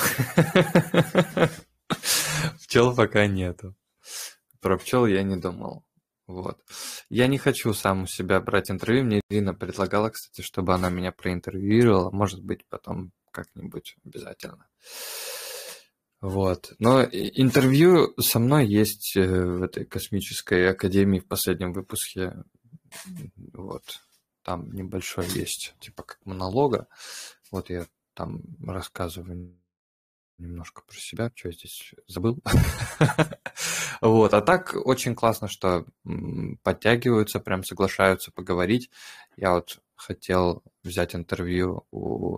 Пчел пока нету. Про пчел я не думал. Вот. Я не хочу сам у себя брать интервью. Мне Ирина предлагала, кстати, чтобы она меня проинтервьюировала. Может быть, потом как-нибудь обязательно. Вот. Но интервью со мной есть в этой космической академии в последнем выпуске. Вот. Там небольшой есть, типа как монолога. Вот я там рассказываю немножко про себя, что я здесь забыл. Вот, а так очень классно, что подтягиваются, прям соглашаются поговорить. Я вот хотел взять интервью у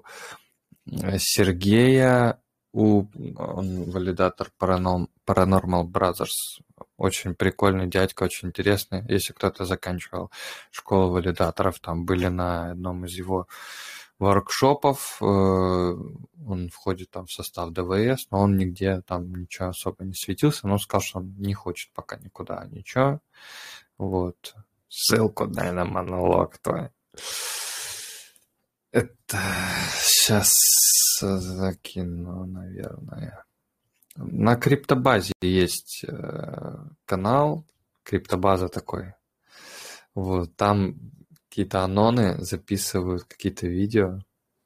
Сергея, у он валидатор Paranormal Brothers. Очень прикольный дядька, очень интересный. Если кто-то заканчивал школу валидаторов, там были на одном из его воркшопов, он входит там в состав ДВС, но он нигде там ничего особо не светился, но сказал, что он не хочет пока никуда ничего. Вот. Ссылку дай на монолог твой. Это сейчас закину, наверное. На криптобазе есть канал, криптобаза такой. Вот, там какие-то аноны записывают какие-то видео.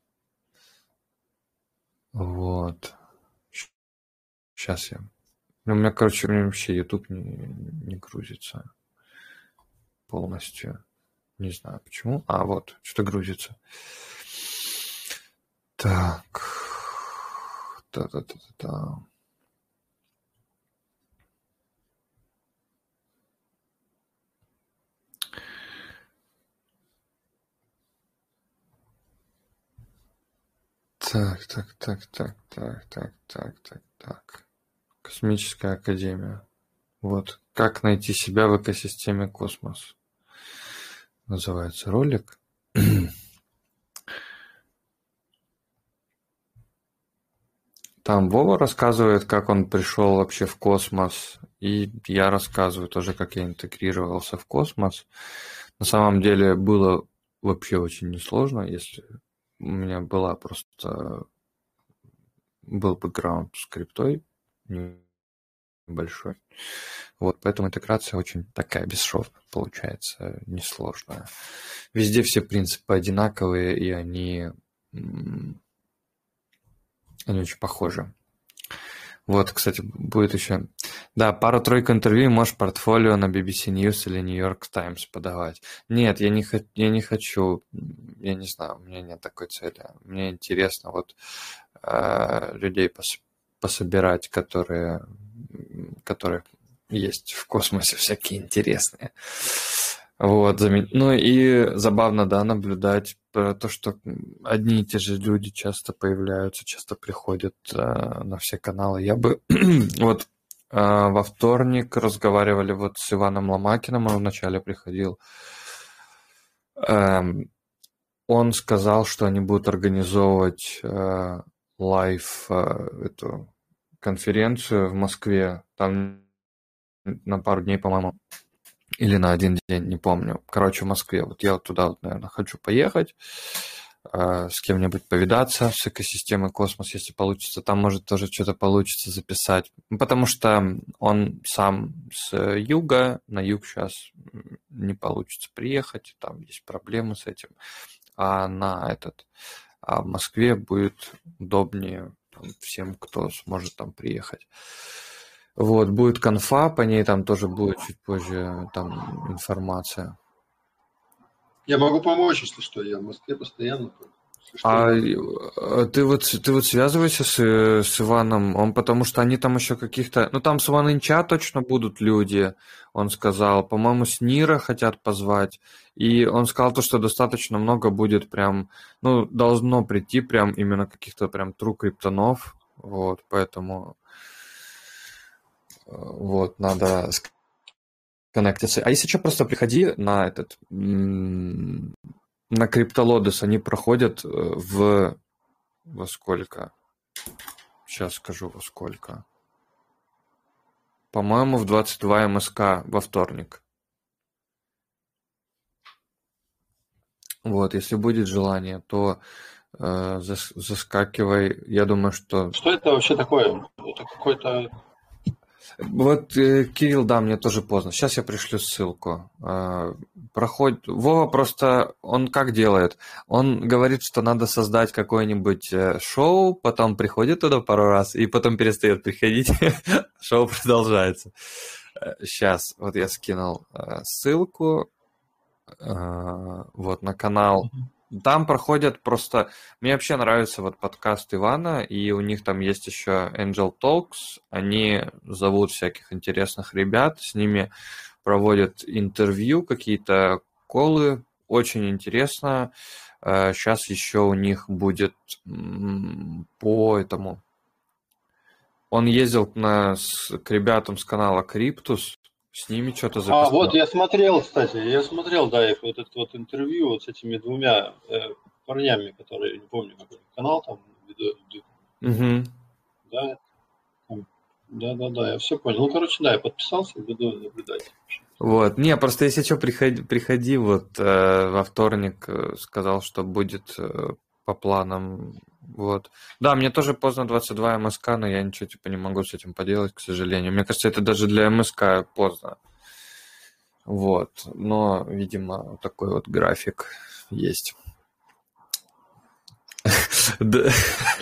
Вот. Сейчас я... У меня, короче, у меня вообще YouTube не, не грузится полностью. Не знаю почему. А, вот, что-то грузится. Так. Да-да-да-да-да. Так, так, так, так, так, так, так, так, так. Космическая академия. Вот. Как найти себя в экосистеме космос. Называется ролик. Там Вова рассказывает, как он пришел вообще в космос. И я рассказываю тоже, как я интегрировался в космос. На самом деле было вообще очень несложно, если у меня была просто... был бэкграунд с криптой небольшой. Вот, поэтому интеграция очень такая бесшовная, получается, несложная. Везде все принципы одинаковые, и они, они очень похожи. Вот, кстати, будет еще... Да, пару-тройку интервью, можешь портфолио на би би си News или New York Times подавать. Нет, я не, х... я не хочу, я не знаю, у меня нет такой цели. Мне интересно вот э, людей пос... пособирать, которые, которые есть в космосе, всякие интересные. Вот, ну и забавно, да, наблюдать про то, что одни и те же люди часто появляются, часто приходят э, на все каналы. Я бы вот э, во вторник разговаривали вот с Иваном Ломакиным, он вначале приходил. Э, он сказал, что они будут организовывать э, лайв э, эту конференцию в Москве, там на пару дней, по-моему. Или на один день, не помню. Короче, в Москве. Вот я вот туда, вот, наверное, хочу поехать, э, с кем-нибудь повидаться, с экосистемой космос, если получится. Там, может, тоже что-то получится записать. Потому что он сам с юга, на юг сейчас не получится приехать, там есть проблемы с этим. А на этот... А в Москве будет удобнее там, всем, кто сможет там приехать. Вот, будет конфа, по ней там тоже будет чуть позже там информация. Я могу помочь, если что. Я в Москве постоянно. Если что, А могу. э, ты вот, ты вот связывайся с, э, с Иваном, он, потому что они там еще каких-то... Ну, там с Иван-Инча точно будут люди, он сказал. По-моему, с Нира хотят позвать. И он сказал то, что достаточно много будет прям... Ну, должно прийти прям именно каких-то прям true криптонов. Вот, поэтому... э, Вот, надо сконнектиться. А если что, просто приходи на этот... м, На криптолодес. Они проходят э, в... Во сколько? Сейчас скажу, во сколько. По-моему, в двадцать два МСК во вторник. Вот, если будет желание, то э, зас- заскакивай. Я думаю, что... Что это вообще такое? Это какой-то... Вот, э, Кирилл, да, мне тоже поздно. Сейчас я пришлю ссылку. Э, проходит... Вова просто, он как делает? Он говорит, что надо создать какое-нибудь э, шоу, потом приходит туда пару раз, и потом перестает приходить. Шоу продолжается. Сейчас, вот я скинул э, ссылку э, вот на канал. Там проходят просто... Мне вообще нравится вот подкаст Ивана, и у них там есть еще Angel Talks. Они зовут всяких интересных ребят, с ними проводят интервью, какие-то колы. Очень интересно. Сейчас еще у них будет м, по этому... Он ездил на, с, к ребятам с канала Криптус, с ними что-то А, вот записал. я смотрел, кстати, я смотрел, да, их вот это вот интервью вот с этими двумя э, парнями, которые, не помню, какой канал там ведут. Угу. Да, там, да, да, да, я все понял. Ну, короче, да, я подписался и буду наблюдать. Вот, не, просто если что, приходи, приходи вот э, во вторник, э, сказал, что будет э, по планам, вот. Да, мне тоже поздно двадцать два МСК, но я ничего типа не могу с этим поделать, к сожалению. Мне кажется, это даже для МСК поздно. Вот, но, видимо, такой вот график есть. Да.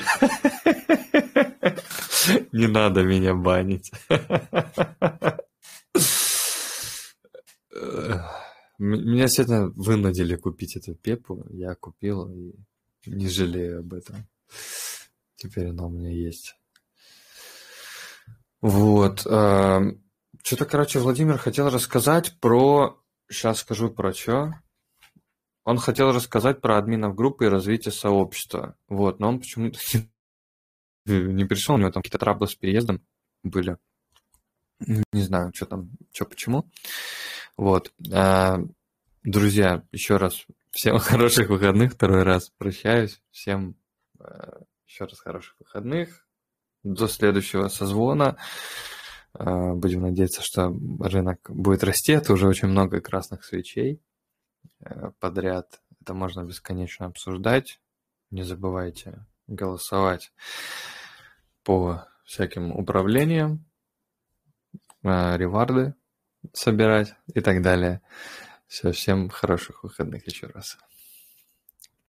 Не надо меня банить. Меня сегодня вынудили купить эту пепу. Я купил и не жалею об этом. Теперь она у меня есть. Вот. Что-то, короче, Владимир хотел рассказать про... Сейчас скажу про что. Он хотел рассказать про админов группы и развитие сообщества. Вот, но он почему-то не пришел. У него там какие-то траблы с переездом были. Не знаю, что там, что, почему. Вот. Друзья, еще раз всем хороших выходных. Второй раз прощаюсь. Всем еще раз хороших выходных. До следующего созвона. Будем надеяться, что рынок будет расти. Это уже очень много красных свечей подряд. Это можно бесконечно обсуждать. Не забывайте голосовать по всяким управлениям, реварды собирать и так далее. Все, всем хороших выходных еще раз.